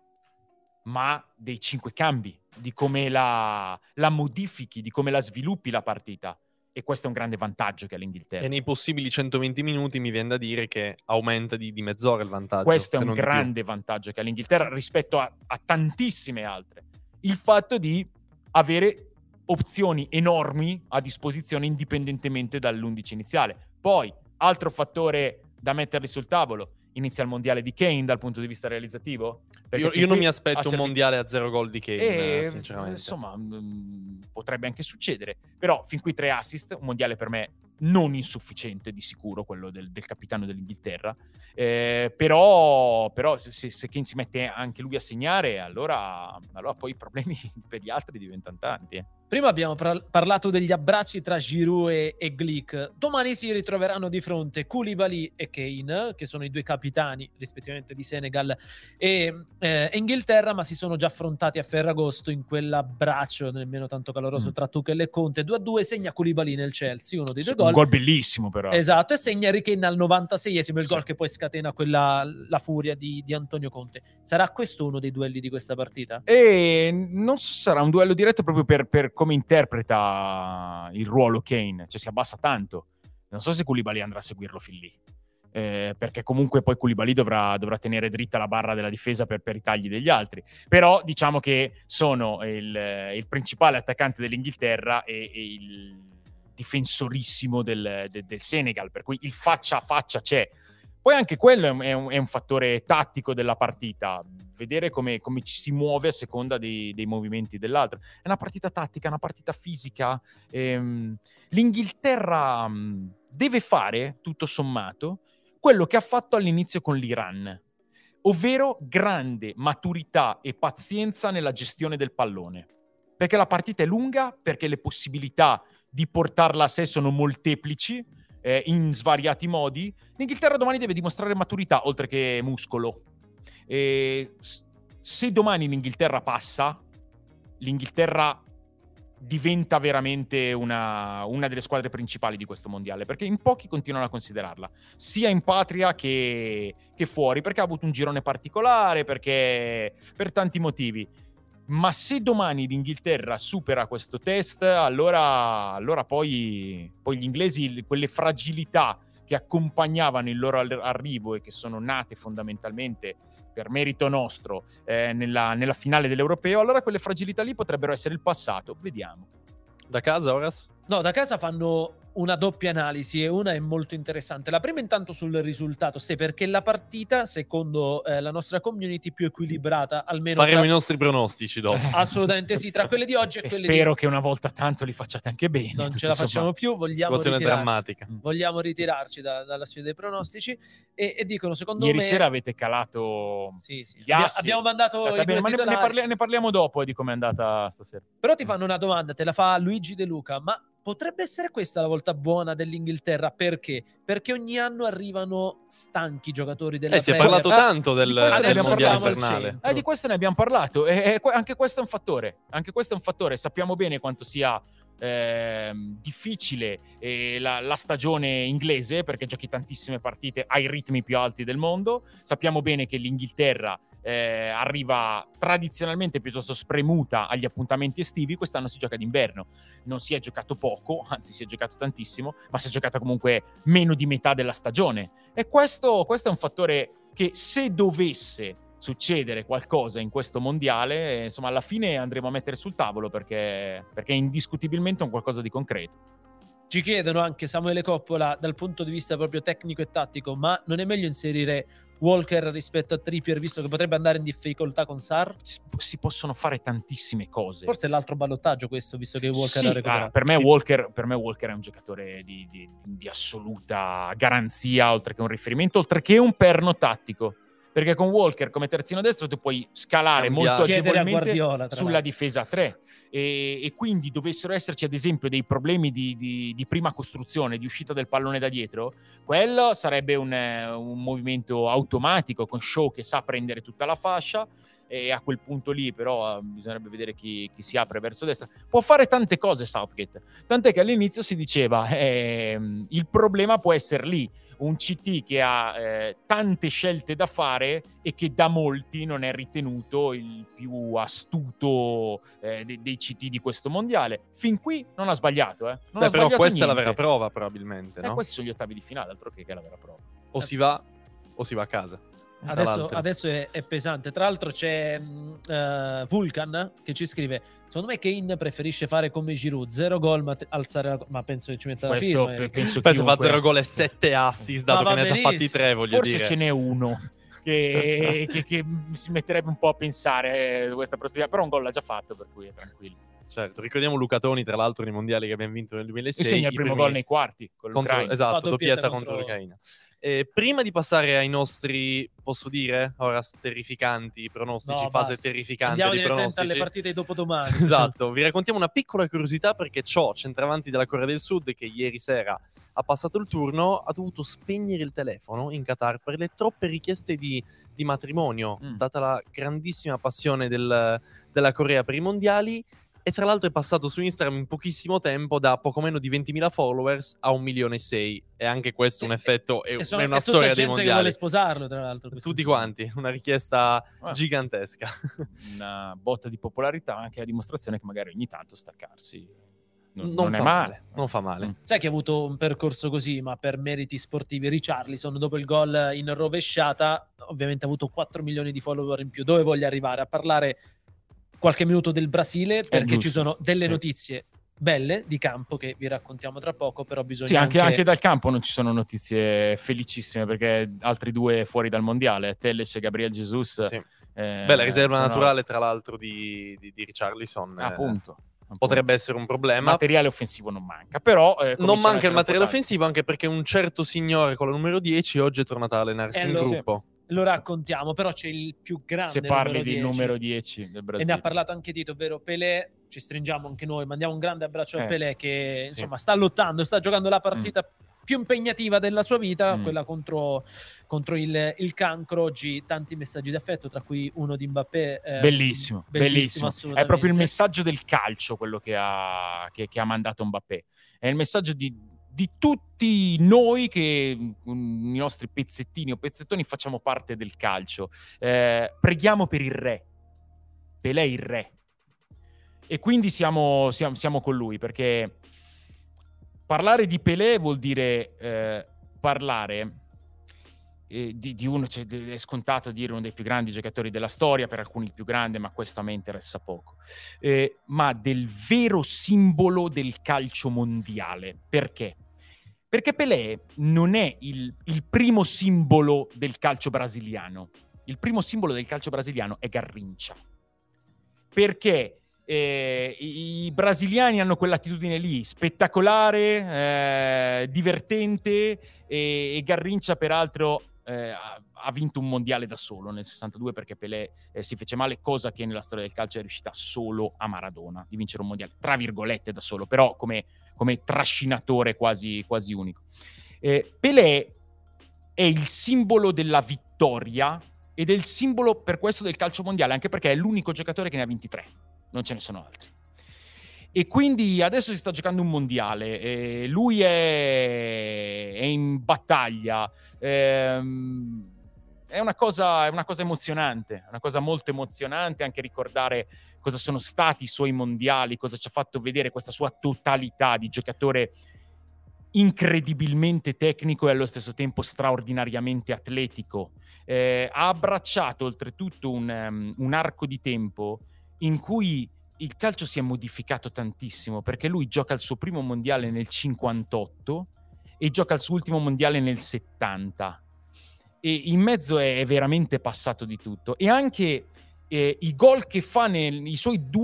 ma dei 5 cambi, di come la modifichi, di come la sviluppi la partita. E questo è un grande vantaggio che ha l'Inghilterra. E nei possibili 120 minuti mi viene da dire che aumenta di mezz'ora il vantaggio. Questo è un grande vantaggio che ha l'Inghilterra rispetto a tantissime altre. Il fatto di avere opzioni enormi a disposizione indipendentemente dall'11 iniziale. Poi, altro fattore da metterli sul tavolo: inizia il mondiale di Kane dal punto di vista realizzativo? Io non mi aspetto un mondiale a 0 gol di Kane, sinceramente. Insomma, potrebbe anche succedere. Però fin qui 3 assist, un mondiale per me non insufficiente di sicuro, quello del capitano dell'Inghilterra. Però se Kane si mette anche lui a segnare, allora poi i problemi per gli altri diventano tanti. Prima abbiamo parlato degli abbracci tra Giroud e Glick. Domani si ritroveranno di fronte Koulibaly e Kane, che sono i 2 capitani rispettivamente di Senegal e Inghilterra, ma si sono già affrontati a Ferragosto in quell'abbraccio nemmeno tanto caloroso tra Tuchel e Conte. 2-2, segna Koulibaly nel Chelsea, uno dei 2 gol. Un gol bellissimo però. Esatto, e segna Harry Kane al 96esimo, il gol che poi scatena la furia di Antonio Conte. Sarà questo uno dei duelli di questa partita? E non sarà un duello diretto proprio per come interpreta il ruolo Kane, cioè si abbassa tanto. Non so se Koulibaly andrà a seguirlo fin lì, perché comunque poi Koulibaly dovrà tenere dritta la barra della difesa per i tagli degli altri. Però diciamo che sono il principale attaccante dell'Inghilterra e il difensorissimo del Senegal, per cui il faccia a faccia c'è. Poi anche quello è un fattore tattico della partita, vedere come ci si muove a seconda dei movimenti dell'altro. È una partita tattica, una partita fisica. L'Inghilterra deve fare, tutto sommato, quello che ha fatto all'inizio con l'Iran, ovvero grande maturità e pazienza nella gestione del pallone. perché la partita è lunga, perché le possibilità di portarla a sé sono molteplici in svariati modi. L'Inghilterra domani deve dimostrare maturità oltre che muscolo. Se domani l'Inghilterra passa, l'Inghilterra diventa veramente una delle squadre principali di questo mondiale, perché in pochi continuano a considerarla, sia in patria che fuori, perché ha avuto un girone particolare, perché per tanti motivi. Ma se domani l'Inghilterra supera questo test, allora poi gli inglesi, quelle fragilità che accompagnavano il loro arrivo e che sono nate fondamentalmente per merito nostro nella finale dell'Europeo, allora quelle fragilità lì potrebbero essere il passato. Vediamo. Da casa, Horace? No, da casa fanno una doppia analisi e una è molto interessante. La prima intanto sul risultato, perché la partita, secondo la nostra community, più equilibrata, almeno faremo i nostri pronostici dopo. Assolutamente sì, tra quelle di oggi e quelle spero che una volta tanto li facciate anche bene. Non ce la facciamo più, situazione drammatica. Vogliamo ritirarci dalla sfida dei pronostici e dicono, secondo Ieri me... sera avete calato gli assi. Abbiamo mandato i bene, ma ne parliamo dopo di come è andata stasera. Però ti fanno una domanda, te la fa Luigi De Luca, ma potrebbe essere questa la volta buona dell'Inghilterra? Perché? Perché ogni anno arrivano stanchi giocatori della si è parlato tanto del mondiale invernale. Di questo ne abbiamo parlato. Anche questo è un fattore. Anche questo è un fattore. Sappiamo bene quanto sia difficile la stagione inglese, perché giochi tantissime partite ai ritmi più alti del mondo. Sappiamo bene che l'Inghilterra arriva tradizionalmente piuttosto spremuta agli appuntamenti estivi. Quest'anno si gioca d'inverno, non si è giocato poco, anzi si è giocato tantissimo, ma si è giocata comunque meno di metà della stagione, e questo è un fattore che, se dovesse succedere qualcosa in questo mondiale, insomma alla fine andremo a mettere sul tavolo, perché è indiscutibilmente un qualcosa di concreto. Ci chiedono anche, Samuele Coppola, dal punto di vista proprio tecnico e tattico, ma non è meglio inserire Walker rispetto a Trippier, visto che potrebbe andare in difficoltà con Sarr? Si possono fare tantissime cose. Forse è l'altro ballottaggio questo, visto che Walker ha recuperato. Per me Walker è un giocatore di assoluta garanzia, oltre che un riferimento, oltre che un perno tattico. Perché con Walker come terzino destro tu puoi scalare molto agevolmente sulla difesa 3, e quindi dovessero esserci ad esempio dei problemi di prima costruzione, di uscita del pallone da dietro, quello sarebbe un movimento automatico con Shaw che sa prendere tutta la fascia, e a quel punto lì però bisognerebbe vedere chi si apre verso destra. Può fare tante cose Southgate, tant'è che all'inizio si diceva il problema può essere lì, un CT che ha tante scelte da fare e che da molti non è ritenuto il più astuto dei CT di questo mondiale. Fin qui non ha sbagliato. Non ha però sbagliato questa niente. è la vera prova, probabilmente, no? Questi sono gli ottavi di finale, altro che è la vera prova. O si va a casa. Adesso è pesante. Tra l'altro c'è Vulcan che ci scrive: secondo me Kane preferisce fare come Giroud, 0 gol ma alzare ma penso che ci metta la firma. Penso fa 0 gol e 7 assist, dato che ne ha già fatti 3, voglio forse dire. Ce n'è uno che si metterebbe un po' a pensare questa prospettiva, però un gol l'ha già fatto, per cui è tranquillo. Certo, ricordiamo Luca Toni, tra l'altro, nei mondiali che abbiamo vinto nel 2006. E segna il primo gol nei quarti esatto, doppietta contro l'Ucraina. Prima di passare ai nostri, posso dire, ora terrificanti pronostici, fase terrificante andiamo di pronostici. alle partite di dopodomani. Esatto, vi raccontiamo una piccola curiosità, perché Cho, centravanti della Corea del Sud, che ieri sera ha passato il turno, ha dovuto spegnere il telefono in Qatar per le troppe richieste di matrimonio, data la grandissima passione della Corea per i mondiali. E tra l'altro è passato su Instagram in pochissimo tempo da poco meno di 20.000 followers a 1,6 milioni. E anche questo un effetto, è una storia dei mondiali. Che vuole sposarlo, tra l'altro. Tutti quanti, una richiesta gigantesca. Una botta di popolarità, anche a dimostrazione che magari ogni tanto staccarsi non è male. Non fa male. Sai che ha avuto un percorso così, ma per meriti sportivi. Richarlison, dopo il gol in rovesciata, ovviamente ha avuto 4 milioni di follower in più. Dove voglia arrivare? A parlare qualche minuto del Brasile, perché ci sono delle notizie belle di campo che vi raccontiamo tra poco, però bisogna anche dal campo non ci sono notizie felicissime, perché altri due fuori dal mondiale, Telles e Gabriel Jesus. La riserva naturale tra l'altro di Richarlison, appunto. Potrebbe essere un problema. Materiale offensivo non manca, però non manca il materiale offensivo, anche perché un certo signore con la numero 10 oggi è tornato a allenarsi in gruppo. Lo raccontiamo, però c'è il più grande. Se parli di numero 10 del Brasile, e ne ha parlato anche Tito, ovvero Pelé, ci stringiamo anche noi, mandiamo un grande abbraccio a Pelé che sì. insomma sta lottando, sta giocando la partita più impegnativa della sua vita, quella contro il cancro. Oggi tanti messaggi d'affetto, tra cui uno di Mbappé. Bellissimo. È proprio il messaggio del calcio quello che ha mandato Mbappé. È il messaggio di tutti noi che con i nostri pezzettini o pezzettoni facciamo parte del calcio. Preghiamo per il re. Pelé è il re. E quindi siamo con lui, perché parlare di Pelé vuol dire parlare di uno, cioè, è scontato dire uno dei più grandi giocatori della storia, per alcuni il più grande, ma questo a me interessa poco, ma del vero simbolo del calcio mondiale. Perché? Perché Pelé non è il primo simbolo del calcio brasiliano. Il primo simbolo del calcio brasiliano è Garrincha. Perché i brasiliani hanno quell'attitudine lì, spettacolare, divertente, e Garrincha peraltro ha vinto un mondiale da solo nel 62, perché Pelé si fece male, cosa che nella storia del calcio è riuscita solo a Maradona, di vincere un mondiale, tra virgolette da solo, però come trascinatore quasi unico. Pelé è il simbolo della vittoria ed è il simbolo per questo del calcio mondiale, anche perché è l'unico giocatore che ne ha 23, non ce ne sono altri. E quindi adesso si sta giocando un mondiale, lui è in battaglia, è una cosa emozionante, una cosa molto emozionante anche ricordare cosa sono stati i suoi mondiali, cosa ci ha fatto vedere questa sua totalità di giocatore incredibilmente tecnico e allo stesso tempo straordinariamente atletico. Ha abbracciato oltretutto un arco di tempo in cui il calcio si è modificato tantissimo, perché lui gioca il suo primo mondiale nel 58 e gioca il suo ultimo mondiale nel 70, e in mezzo è veramente passato di tutto. E anche i gol che fa nelle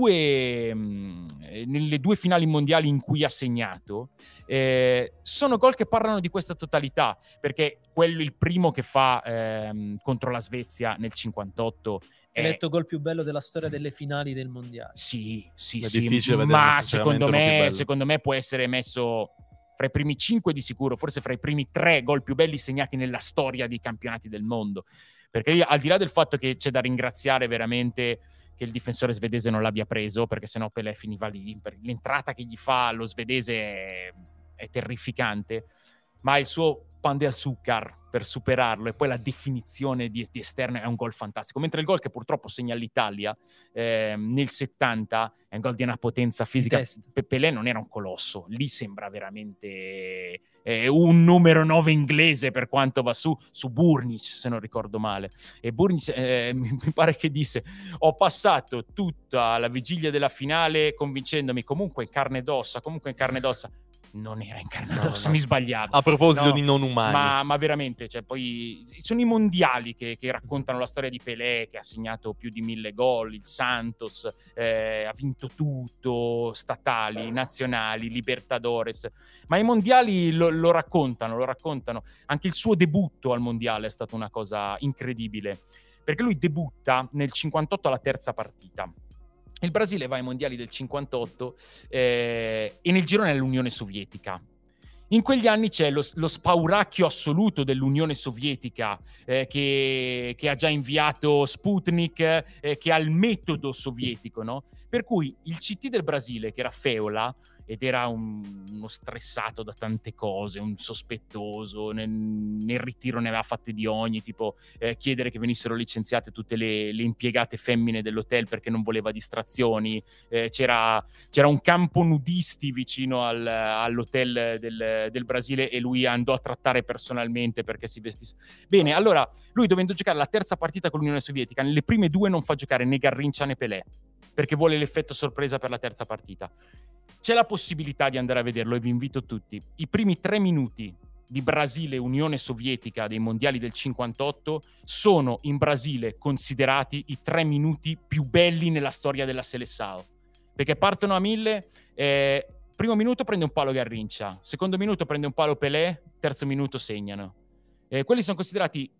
due finali mondiali in cui ha segnato sono gol che parlano di questa totalità, perché quello, il primo che fa contro la Svezia nel 58, hai detto gol più bello della storia delle finali del mondiale. Sì, ma secondo me può essere messo fra i primi 5 di sicuro, forse fra i primi 3 gol più belli segnati nella storia dei campionati del mondo. Perché io, al di là del fatto che c'è da ringraziare veramente che il difensore svedese non l'abbia preso, perché sennò Pelé finiva lì, l'entrata che gli fa lo svedese è terrificante, ma il suo pan de azúcar per superarlo e poi la definizione di esterno è un gol fantastico, mentre il gol che purtroppo segna l'Italia nel 70 è un gol di una potenza fisica. Pelé non era un colosso, lì sembra veramente un numero 9 inglese, per quanto va su Burnic, se non ricordo male, e Burnic mi pare che disse: ho passato tutta la vigilia della finale convincendomi comunque in carne ed ossa. Non era in carne ed ossa, mi sbagliavo. A proposito di non umani. Ma veramente, cioè, poi sono i mondiali che raccontano la storia di Pelé, che ha segnato più di 1000 gol, il Santos, ha vinto tutto, statali, nazionali, Libertadores, ma i mondiali lo raccontano. Anche il suo debutto al mondiale è stata una cosa incredibile, perché lui debutta nel 58 alla terza partita. Il Brasile va ai mondiali del 58 e nel girone è l'Unione Sovietica. In quegli anni c'è lo spauracchio assoluto dell'Unione Sovietica, che ha già inviato Sputnik, che ha il metodo sovietico, no? Per cui il CT del Brasile, che era Feola, ed era uno stressato da tante cose, un sospettoso, nel ritiro ne aveva fatte di ogni, tipo chiedere che venissero licenziate tutte le impiegate femmine dell'hotel perché non voleva distrazioni, c'era un campo nudisti vicino all'hotel del Brasile e lui andò a trattare personalmente perché si vestisse. Bene, allora lui, dovendo giocare la terza partita con l'Unione Sovietica, nelle prime 2 non fa giocare né Garrincha né Pelé, perché vuole l'effetto sorpresa per la terza partita. C'è la possibilità di andare a vederlo e vi invito tutti. I primi 3 minuti di Brasile-Unione Sovietica dei mondiali del 58 sono in Brasile considerati i 3 minuti più belli nella storia della Seleção, perché partono a 1000. Primo minuto prende un palo Garrincha, secondo minuto prende un palo Pelé, terzo minuto segnano. Quelli sono considerati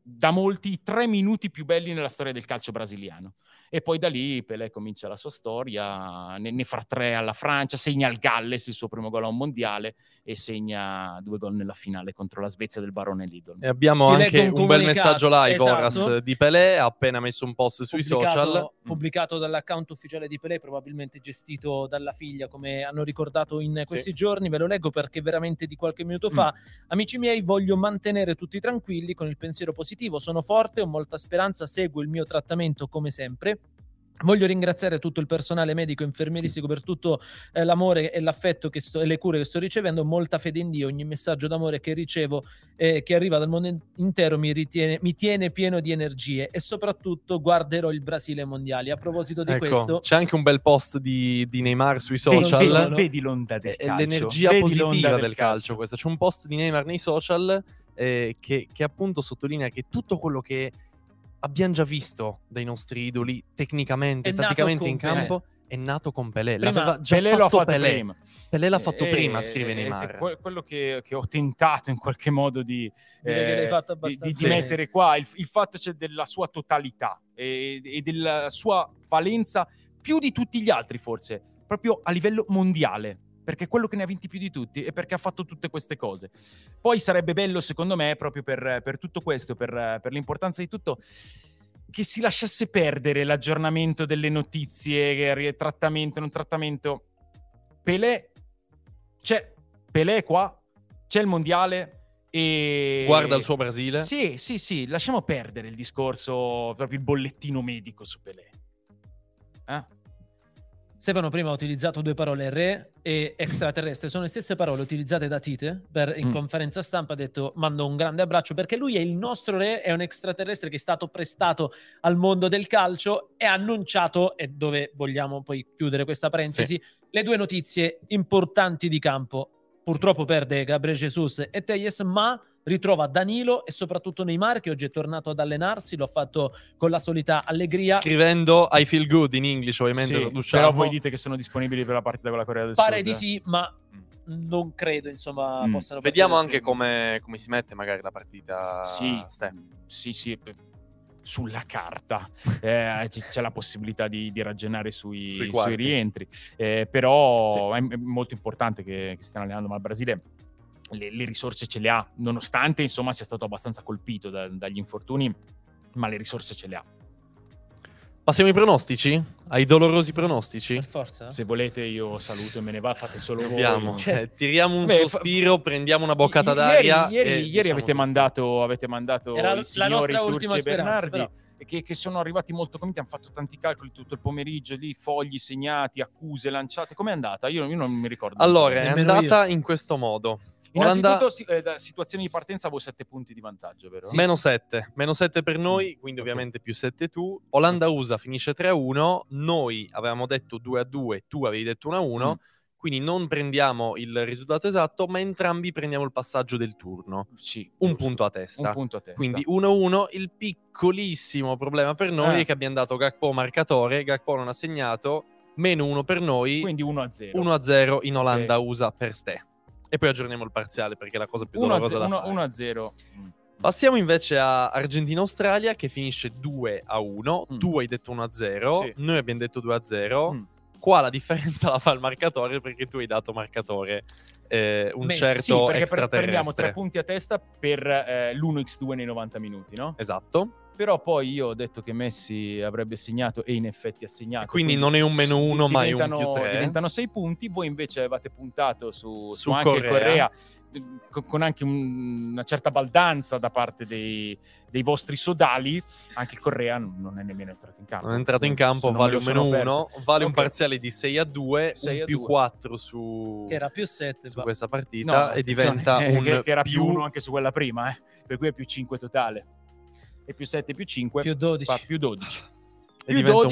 da molti i 3 minuti più belli nella storia del calcio brasiliano. E poi da lì Pelé comincia la sua storia, ne fa 3 alla Francia, segna al Galles il suo primo gol a un mondiale e segna 2 gol nella finale contro la Svezia del Barone Lidl. E abbiamo Ti anche leggo un bel messaggio live, esatto, Horace, di Pelé, ha appena messo un post sui social. Pubblicato dall'account ufficiale di Pelé, probabilmente gestito dalla figlia, come hanno ricordato in questi giorni. Ve lo leggo perché veramente di qualche minuto fa. Amici miei, voglio mantenere tutti tranquilli con il pensiero positivo, sono forte, ho molta speranza, seguo il mio trattamento come sempre. Voglio ringraziare tutto il personale medico e infermieristico per tutto l'amore e l'affetto e le cure che sto ricevendo, molta fede in Dio, ogni messaggio d'amore che ricevo che arriva dal mondo intero mi tiene pieno di energie e soprattutto guarderò il Brasile mondiali. A proposito di questo, c'è anche un bel post di Neymar sui social. Vedi l'onda del calcio, l'energia positiva del calcio. Questa. C'è un post di Neymar nei social che appunto sottolinea che tutto quello che abbiamo già visto dai nostri idoli tecnicamente, tatticamente in campo è nato con Pelé. L'aveva già Pelé fatto Pelé. Prima. Pelé l'ha fatto prima, scrive Neymar. Quello che ho tentato in qualche modo di mettere qua, il fatto della sua totalità e della sua valenza più di tutti gli altri forse, proprio a livello mondiale. Perché è quello che ne ha vinti più di tutti e perché ha fatto tutte queste cose. Poi sarebbe bello, secondo me, proprio per tutto questo, per l'importanza di tutto, che si lasciasse perdere l'aggiornamento delle notizie, trattamento, non trattamento. Pelé è qua, c'è il mondiale e... Guarda il suo Brasile. Sì, lasciamo perdere il discorso, proprio il bollettino medico su Pelé. Stefano prima ha utilizzato 2 parole, re e extraterrestre, sono le stesse parole utilizzate da Tite in conferenza stampa. Ha detto mando un grande abbraccio perché lui è il nostro re, è un extraterrestre che è stato prestato al mondo del calcio e ha annunciato, e dove vogliamo poi chiudere questa parentesi, le 2 notizie importanti di campo. Purtroppo perde Gabriel Jesus e Telles, ma ritrova Danilo e soprattutto Neymar, che oggi è tornato ad allenarsi, lo ha fatto con la solita allegria. Scrivendo I feel good in English, ovviamente. Però voi dite che sono disponibili per la partita con la Corea del Sud? Pare di sì, ma non credo, insomma, possano... Vediamo anche come si mette magari la partita. Sì. Sulla carta c'è la possibilità di ragionare sui rientri, però è molto importante che stiano allenando, ma il Brasile le risorse ce le ha, nonostante insomma sia stato abbastanza colpito dagli infortuni, ma le risorse ce le ha. Passiamo ai pronostici? Ai dolorosi pronostici? Per forza? Se volete io saluto e me ne va, fate solo voi. Tiriamo un sospiro, prendiamo una boccata d'aria. Ieri avete mandato era i signori la nostra Turci ultima e speranza, Bernardi, che sono arrivati molto convinti, hanno fatto tanti calcoli tutto il pomeriggio, lì fogli segnati, accuse lanciate. Com'è andata? Io non mi ricordo. Allora, è andata in questo modo. Innanzitutto, da situazione di partenza avevo 7 punti di vantaggio, vero? Sì. Meno 7 per noi, quindi ovviamente più 7 tu. Olanda-USA finisce 3-1, noi avevamo detto 2-2, tu avevi detto 1-1, quindi non prendiamo il risultato esatto, ma entrambi prendiamo il passaggio del turno. Sì, un punto a testa. Quindi 1-1, il piccolissimo problema per noi è che abbiamo dato Gakpo marcatore, Gakpo non ha segnato, -1 per noi, quindi 1-0. 1-0 in Olanda-USA per te. E poi aggiorniamo il parziale perché è la cosa più dolorosa da fare. 1-0. Passiamo invece a Argentina-Australia che finisce 2-1. Tu hai detto 1-0, noi abbiamo detto 2-0. Qua la differenza la fa il marcatore perché tu hai dato marcatore certo extraterrestre. Prendiamo 3 punti a testa per l'1x2 nei 90 minuti, no? Esatto. Però poi io ho detto che Messi avrebbe segnato e in effetti ha segnato. Quindi non è un -1 ma è un +3. Diventano 6 punti. Voi invece avete puntato su anche il Correa con anche una certa baldanza da parte dei vostri sodali. Anche il Correa non è nemmeno entrato in campo. Non è entrato in campo, vale un -1, vale un parziale di 6-2, un +4 su... Che era +7 su questa partita, e diventa un che era +1 anche su quella prima, per cui è +5 totale. E +7 +5 +12 fa +12. E diventa un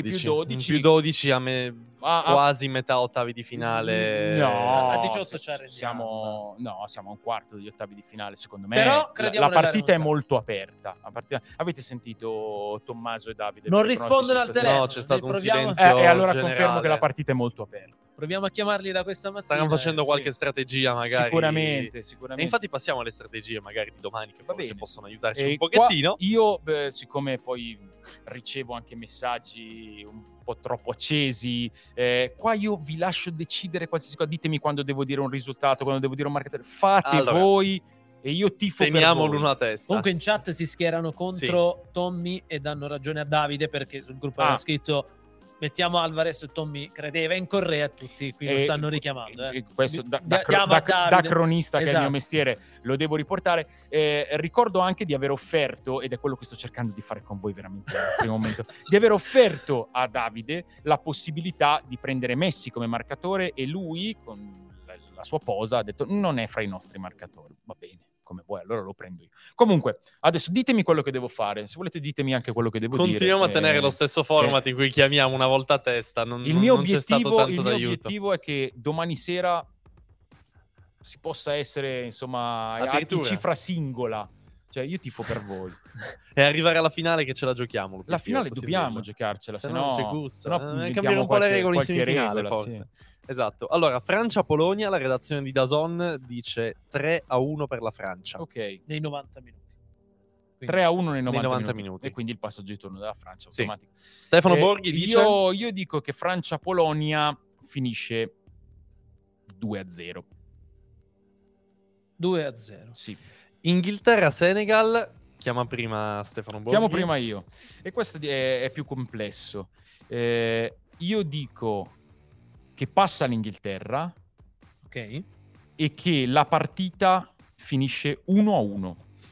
+12 a me quasi metà ottavi di finale. No, a 18 ci siamo a un quarto degli ottavi di finale, secondo me. Però la partita è molto aperta. Avete sentito Tommaso e Davide? Non rispondono al telefono. No, c'è stato un silenzio e allora generale. confermo che la partita è molto aperta. Proviamo a chiamarli da questa mattina. Staranno facendo qualche strategia magari. Sicuramente. E infatti passiamo alle strategie magari di domani che Va forse bene. possono aiutarci E un pochettino. qua io, siccome poi ricevo anche messaggi un po' troppo accesi, qua io vi lascio decidere qualsiasi cosa. Ditemi quando devo dire un risultato, quando devo dire un marketer. Fate Allora, voi e io tifo per Teniamo voi. l'uno a testa. Comunque in chat si schierano contro Tommy e danno ragione a Davide, perché sul gruppo aveva scritto mettiamo Alvarez e Tommy credeva in Correa, tutti qui lo stanno richiamando. Questo da Diamo a Davide. cronista, che è il Esatto. mio mestiere, lo devo riportare. Ricordo anche di aver offerto, ed è quello che sto cercando di fare con voi veramente al primo momento, di aver offerto a Davide la possibilità di prendere Messi come marcatore, e lui con la sua posa ha detto non è fra i nostri marcatori. Va bene, come vuoi, allora lo prendo io. Comunque, adesso ditemi quello che devo fare. Se volete ditemi anche quello che devo dire. Continuiamo a tenere lo stesso format in cui chiamiamo una volta a testa. Il mio non c'è stato tanto d'aiuto. obiettivo è che domani sera si possa essere, insomma, in Addirittura. cifra singola. Cioè, io tifo per voi. E arrivare alla finale che ce la giochiamo. La finale così dobbiamo dirlo. giocarcela, Se se no non no c'è gusto. inventiamo Cambiare un po' le regole in qualche semifinale, regola, forse. sì. Esatto. Allora, Francia-Polonia, la redazione di DAZN dice 3-1 per la Francia. Ok. Nei 90 minuti. 3-1 nei 90, 90 minuti. E quindi il passaggio di turno della Francia, Sì. automatico. Stefano Borghi dice... Io dico che Francia-Polonia finisce 2-0. 2-0. Sì. Inghilterra-Senegal, chiama prima Stefano Borghi. Chiamo prima io. E questo è più complesso. Io dico che passa l'Inghilterra, Ok. e che la partita finisce 1-1.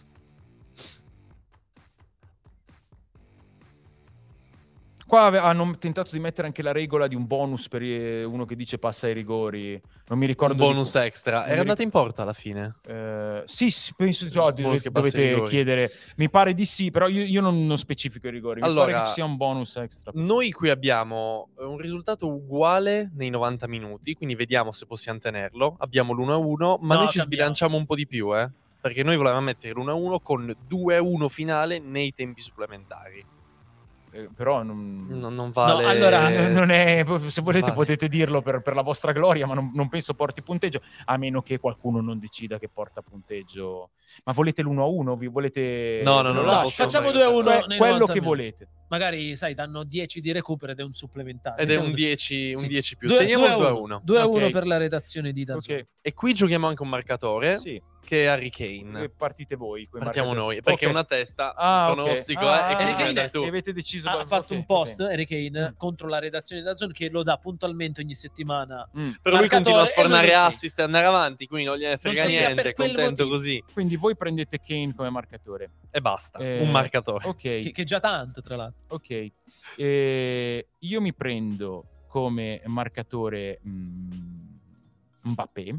Qua hanno tentato di mettere anche la regola di un bonus per uno che dice passa ai rigori. Non mi ricordo. Un bonus extra. Era andata in porta alla fine? Sì, penso di dovete chiedere. Mi pare di sì, però io non specifico i rigori. Mi Allora, pare che ci sia un bonus extra. Noi qui abbiamo un risultato uguale nei 90 minuti, quindi vediamo se possiamo tenerlo. Abbiamo l'1-1, ma noi ci sbilanciamo un po' di più, perché noi volevamo mettere l'1-1 con 2-1 finale nei tempi supplementari. Però non vale. No, allora, non è, se volete vale. Potete dirlo per la vostra gloria, ma non penso porti punteggio, a meno che qualcuno non decida che porta punteggio. Ma volete l'1-1? Vi volete... No, facciamo 2-1 quello che volete. Magari, sai, danno 10 di recupero ed è un supplementare. Ed è un 10 più. 2-1. Teniamo il 2-1. 2-1 Okay. per la redazione di DAZN. Okay. E qui giochiamo anche un marcatore, Sì. che è Harry Kane. Partite voi. Partiamo noi, perché una testa, un pronostico okay. e Harry Kane dai tu. Avete deciso... Ha fatto ok, un post, va bene. Harry Kane, contro la redazione di DAZN, che lo dà puntualmente ogni settimana. Però lui continua a sfornare e lui assist e andare avanti, quindi non gliene frega Non segna niente, per è quel contento motivo. così. Quindi voi prendete Kane come marcatore. E basta, un marcatore. Ok. Che è già tanto, tra l'altro. Ok. Io mi prendo come marcatore Mbappé.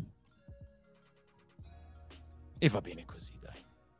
E va bene così, dai.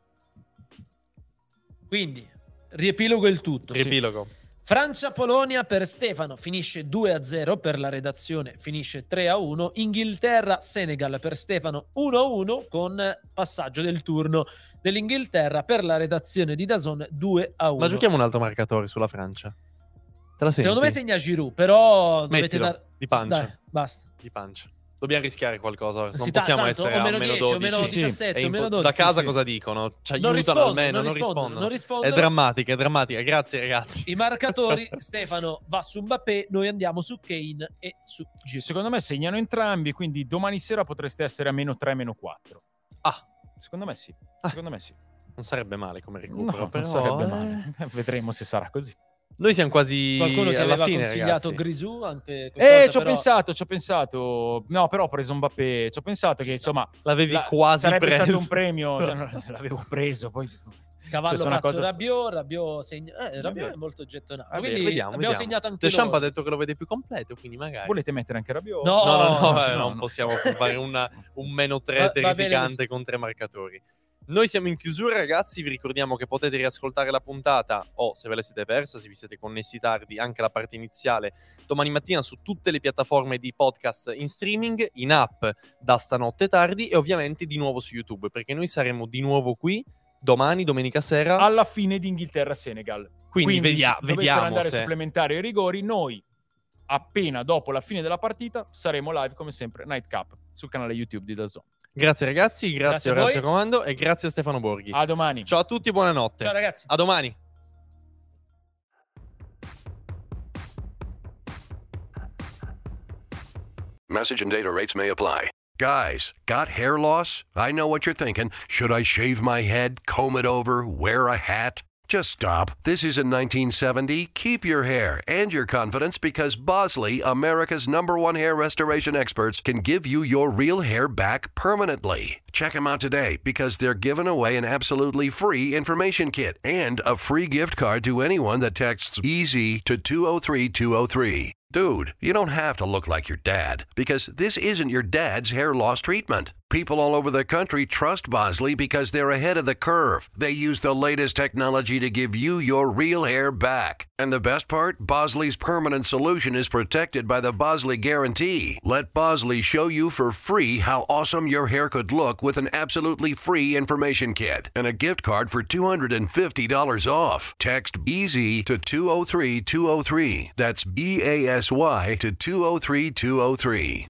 Quindi, riepilogo il tutto. Riepilogo. Francia-Polonia per Stefano finisce 2-0, per la redazione finisce 3-1. Inghilterra-Senegal per Stefano 1-1 con passaggio del turno dell'Inghilterra, per la redazione di DAZN 2-1. Ma giochiamo un altro marcatore sulla Francia. Te la senti? Secondo me segna Giroud, però dovete Mettilo, dare... di pancia. Dai, basta. Di pancia. Dobbiamo rischiare qualcosa, non Sì, possiamo tanto, essere o a meno meno 10, 12. o meno 17, o meno 12. Da casa sì. cosa dicono? Ci Non aiutano rispondono, almeno, non rispondono, non rispondono. È drammatica, è drammatica. Grazie ragazzi. I marcatori, Stefano va su Mbappé, noi andiamo su Kane e su Giroud. Secondo me segnano entrambi, quindi domani sera potreste essere a -3, -4. Ah. Secondo me sì. Secondo me sì. Non sarebbe male come recupero, No, però non sarebbe male. Vedremo se sarà così. Noi siamo quasi Qualcuno ti alla aveva fine, consigliato ragazzi. Grisù anche Ci ho pensato. No, però ho preso Mbappé. Ci ho pensato che insomma l'avevi quasi sarebbe preso. stato un premio, se l'avevo preso, poi cavallo cioè, pazzo Rabiot segna... Rabiot è molto gettonato. Vabbè, Quindi vediamo. segnato anche Deschamps ha noi. detto che lo vede più completo, quindi magari volete mettere anche Rabiot? No, non possiamo fare un -3 terrificante con 3 marcatori. Noi siamo in chiusura, ragazzi. Vi ricordiamo che potete riascoltare la puntata, o se ve la siete persa, se vi siete connessi tardi, anche la parte iniziale domani mattina su tutte le piattaforme di podcast in streaming, in app da stanotte tardi e ovviamente di nuovo su YouTube, perché noi saremo di nuovo qui domani, domenica sera, alla fine di Inghilterra-Senegal. Quindi se vediamo dovessero andare se supplementari ai rigori, noi appena dopo la fine della partita saremo live come sempre Night Cup sul canale YouTube di DAZN. Grazie ragazzi, grazie a voi. Orazio Comando e grazie a Stefano Borghi. A domani. Ciao a tutti, buonanotte. Ciao ragazzi. A domani. Message and data rates may apply. Guys, got hair loss? I know what you're thinking. Should I shave my head, comb it over, wear a hat? Just stop. This isn't 1970. Keep your hair and your confidence because Bosley, America's #1 hair restoration experts, can give you your real hair back permanently. Check them out today because they're giving away an absolutely free information kit and a free gift card to anyone that texts EASY to 203-203. Dude, you don't have to look like your dad because this isn't your dad's hair loss treatment. People all over the country trust Bosley because they're ahead of the curve. They use the latest technology to give you your real hair back. And the best part? Bosley's permanent solution is protected by the Bosley Guarantee. Let Bosley show you for free how awesome your hair could look with an absolutely free information kit and a gift card for $250 off. Text EASY to 203-203. That's BASY to 203-203.